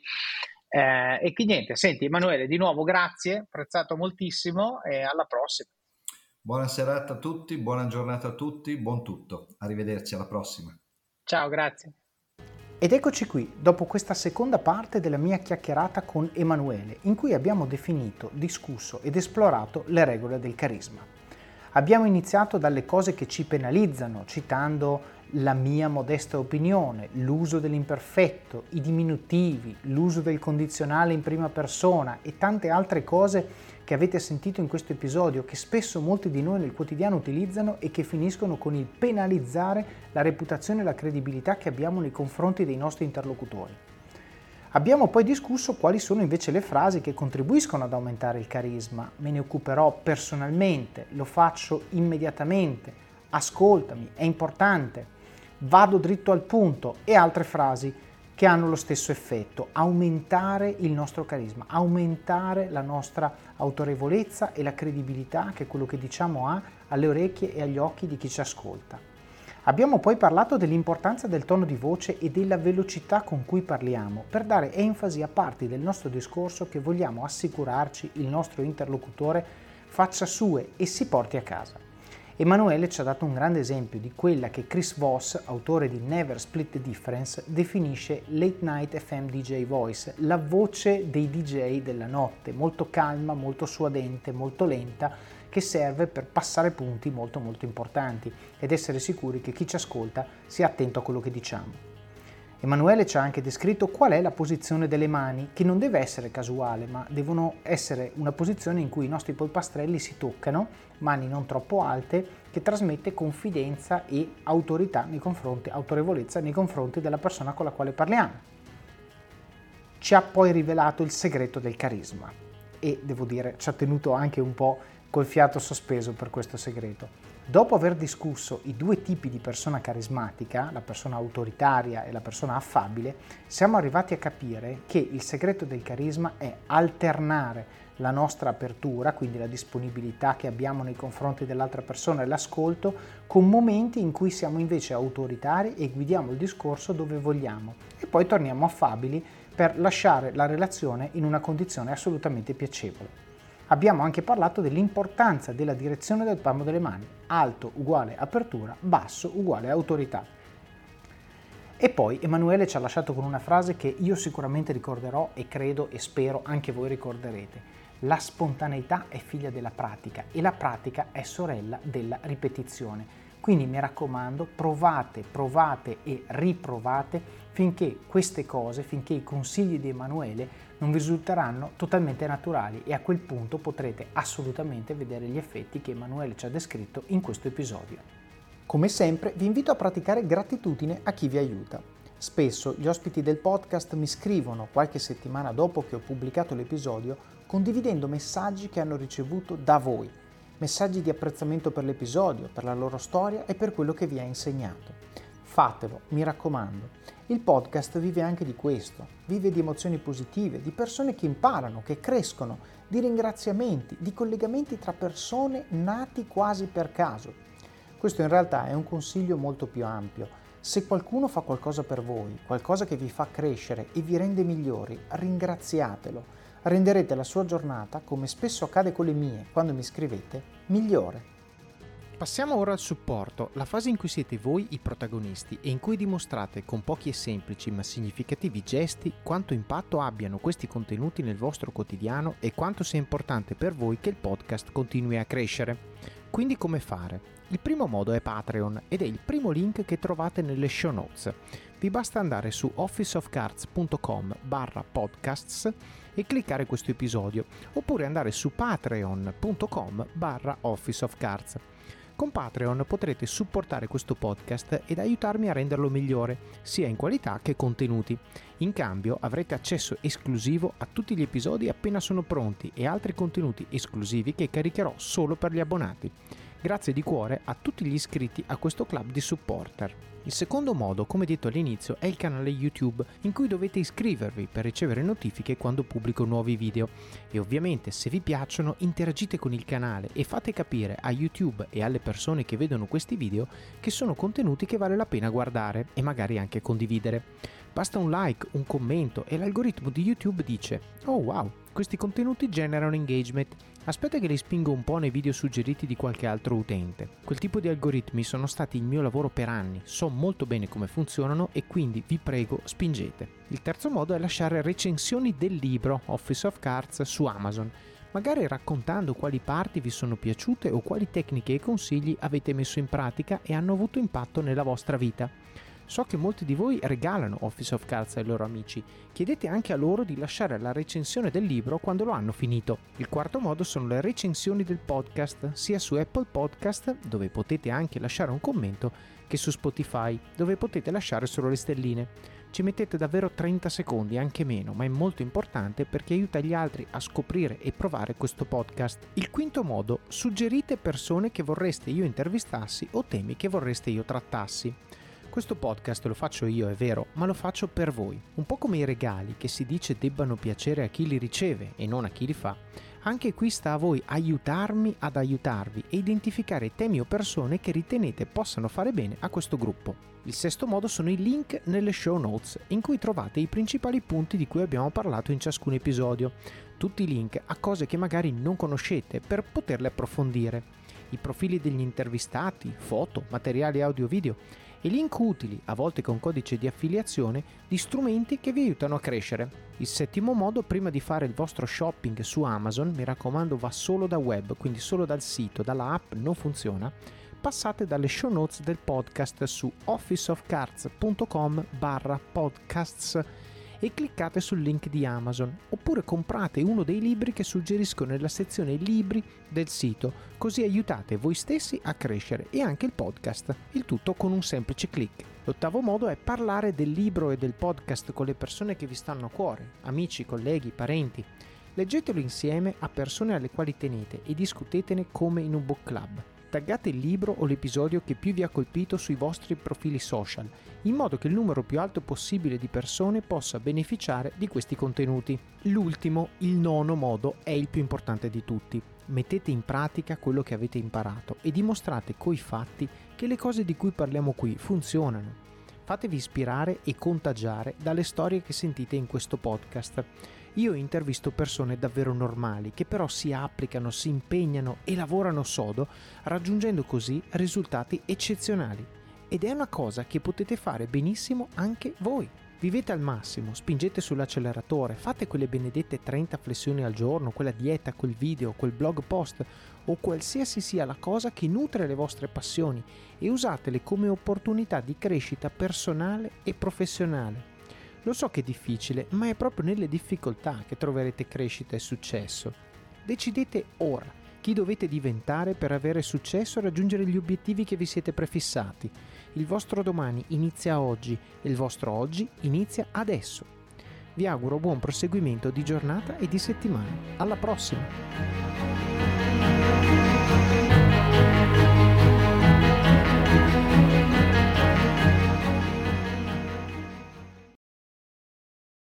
Eh, e che niente, senti Emanuele, di nuovo grazie, apprezzato moltissimo e alla prossima. Buona serata a tutti, buona giornata a tutti, buon tutto. Arrivederci, alla prossima. Ciao, grazie. Ed eccoci qui, dopo questa seconda parte della mia chiacchierata con Emanuele, in cui abbiamo definito, discusso ed esplorato le regole del carisma. Abbiamo iniziato dalle cose che ci penalizzano, citando la mia modesta opinione, l'uso dell'imperfetto, i diminutivi, l'uso del condizionale in prima persona e tante altre cose che avete sentito in questo episodio, che spesso molti di noi nel quotidiano utilizzano e che finiscono con il penalizzare la reputazione e la credibilità che abbiamo nei confronti dei nostri interlocutori. Abbiamo poi discusso quali sono invece le frasi che contribuiscono ad aumentare il carisma. Me ne occuperò personalmente, lo faccio immediatamente, ascoltami, è importante, vado dritto al punto e altre frasi che hanno lo stesso effetto, aumentare il nostro carisma, aumentare la nostra autorevolezza e la credibilità che quello che diciamo ha alle orecchie e agli occhi di chi ci ascolta. Abbiamo poi parlato dell'importanza del tono di voce e della velocità con cui parliamo, per dare enfasi a parti del nostro discorso che vogliamo assicurarci il nostro interlocutore faccia sue e si porti a casa. Emanuele ci ha dato un grande esempio di quella che Chris Voss, autore di Never Split the Difference, definisce Late Night F M D J Voice, la voce dei D J della notte, molto calma, molto suadente, molto lenta, che serve per passare punti molto molto importanti ed essere sicuri che chi ci ascolta sia attento a quello che diciamo. Emanuele ci ha anche descritto qual è la posizione delle mani, che non deve essere casuale, ma devono essere una posizione in cui i nostri polpastrelli si toccano, mani non troppo alte, che trasmette confidenza e autorità nei confronti, autorevolezza nei confronti della persona con la quale parliamo. Ci ha poi rivelato il segreto del carisma e, devo dire, ci ha tenuto anche un po' col fiato sospeso per questo segreto. Dopo aver discusso i due tipi di persona carismatica, la persona autoritaria e la persona affabile, siamo arrivati a capire che il segreto del carisma è alternare la nostra apertura, quindi la disponibilità che abbiamo nei confronti dell'altra persona e l'ascolto, con momenti in cui siamo invece autoritari e guidiamo il discorso dove vogliamo e poi torniamo affabili per lasciare la relazione in una condizione assolutamente piacevole. Abbiamo anche parlato dell'importanza della direzione del palmo delle mani, alto uguale apertura, basso uguale autorità. E poi Emanuele ci ha lasciato con una frase che io sicuramente ricorderò e credo e spero anche voi ricorderete. La spontaneità è figlia della pratica e la pratica è sorella della ripetizione. Quindi mi raccomando, provate, provate e riprovate finché queste cose, finché i consigli di Emanuele non vi risulteranno totalmente naturali e a quel punto potrete assolutamente vedere gli effetti che Emanuele ci ha descritto in questo episodio. Come sempre vi invito a praticare gratitudine a chi vi aiuta. Spesso gli ospiti del podcast mi scrivono qualche settimana dopo che ho pubblicato l'episodio condividendo messaggi che hanno ricevuto da voi, messaggi di apprezzamento per l'episodio, per la loro storia e per quello che vi ha insegnato. Fatelo, mi raccomando. Il podcast vive anche di questo, vive di emozioni positive, di persone che imparano, che crescono, di ringraziamenti, di collegamenti tra persone nati quasi per caso. Questo in realtà è un consiglio molto più ampio. Se qualcuno fa qualcosa per voi, qualcosa che vi fa crescere e vi rende migliori, ringraziatelo. renderete la sua giornata, come spesso accade con le mie quando mi scrivete, migliore. Passiamo ora al supporto, la fase in cui siete voi i protagonisti e in cui dimostrate con pochi e semplici ma significativi gesti quanto impatto abbiano questi contenuti nel vostro quotidiano e quanto sia importante per voi che il podcast continui a crescere. Quindi come fare? Il primo modo è Patreon ed è il primo link che trovate nelle show notes. Vi basta andare su officeofcards.com barra podcasts e cliccare questo episodio, oppure andare su patreon.com barra officeofcards. Con Patreon potrete supportare questo podcast ed aiutarmi a renderlo migliore, sia in qualità che contenuti. In cambio avrete accesso esclusivo a tutti gli episodi appena sono pronti e altri contenuti esclusivi che caricherò solo per gli abbonati. Grazie di cuore a tutti gli iscritti a questo club di supporter. Il secondo modo, come detto all'inizio, è il canale YouTube, in cui dovete iscrivervi per ricevere notifiche quando pubblico nuovi video. E ovviamente, se vi piacciono, interagite con il canale e fate capire a YouTube e alle persone che vedono questi video che sono contenuti che vale la pena guardare e magari anche condividere. Basta un like, un commento e l'algoritmo di YouTube dice: "Oh wow, questi contenuti generano engagement. Aspetta che li spingo un po' nei video suggeriti di qualche altro utente". Quel tipo di algoritmi sono stati il mio lavoro per anni, so molto bene come funzionano e quindi vi prego spingete. Il terzo modo è lasciare recensioni del libro Office of Cards su Amazon, magari raccontando quali parti vi sono piaciute o quali tecniche e consigli avete messo in pratica e hanno avuto impatto nella vostra vita. So che molti di voi regalano Office of Cards ai loro amici, chiedete anche a loro di lasciare la recensione del libro quando lo hanno finito. Il quarto modo sono le recensioni del podcast, sia su Apple Podcast, dove potete anche lasciare un commento, che su Spotify, dove potete lasciare solo le stelline. Ci mettete davvero trenta secondi, anche meno, ma è molto importante perché aiuta gli altri a scoprire e provare questo podcast. Il quinto modo, suggerite persone che vorreste io intervistassi o temi che vorreste io trattassi. Questo podcast lo faccio io, è vero, ma lo faccio per voi. Un po' come i regali che si dice debbano piacere a chi li riceve e non a chi li fa. Anche qui sta a voi aiutarmi ad aiutarvi e identificare temi o persone che ritenete possano fare bene a questo gruppo. Il sesto modo sono i link nelle show notes, in cui trovate i principali punti di cui abbiamo parlato in ciascun episodio. Tutti i link a cose che magari non conoscete per poterle approfondire. I profili degli intervistati, foto, materiali audio-video e link utili, a volte con codice di affiliazione, di strumenti che vi aiutano a crescere. Il settimo modo, prima di fare il vostro shopping su Amazon, mi raccomando va solo da web, quindi solo dal sito, dalla app non funziona, passate dalle show notes del podcast su officeofcards.com barra podcasts e cliccate sul link di Amazon, oppure comprate uno dei libri che suggerisco nella sezione libri del sito, così aiutate voi stessi a crescere e anche il podcast, il tutto con un semplice click. L'ottavo modo è parlare del libro e del podcast con le persone che vi stanno a cuore, amici, colleghi, parenti. Leggetelo insieme a persone alle quali tenete e discutetene come in un book club. Taggate il libro o l'episodio che più vi ha colpito sui vostri profili social, in modo che il numero più alto possibile di persone possa beneficiare di questi contenuti. L'ultimo, il nono modo, è il più importante di tutti. Mettete in pratica quello che avete imparato e dimostrate coi fatti che le cose di cui parliamo qui funzionano. Fatevi ispirare e contagiare dalle storie che sentite in questo podcast. Io intervisto persone davvero normali che però si applicano, si impegnano e lavorano sodo, raggiungendo così risultati eccezionali. Ed è una cosa che potete fare benissimo anche voi. Vivete al massimo, spingete sull'acceleratore, fate quelle benedette trenta flessioni al giorno, quella dieta, quel video, quel blog post o qualsiasi sia la cosa che nutre le vostre passioni e usatele come opportunità di crescita personale e professionale. Lo so che è difficile, ma è proprio nelle difficoltà che troverete crescita e successo. Decidete ora chi dovete diventare per avere successo e raggiungere gli obiettivi che vi siete prefissati. Il vostro domani inizia oggi e il vostro oggi inizia adesso. Vi auguro buon proseguimento di giornata e di settimana. Alla prossima!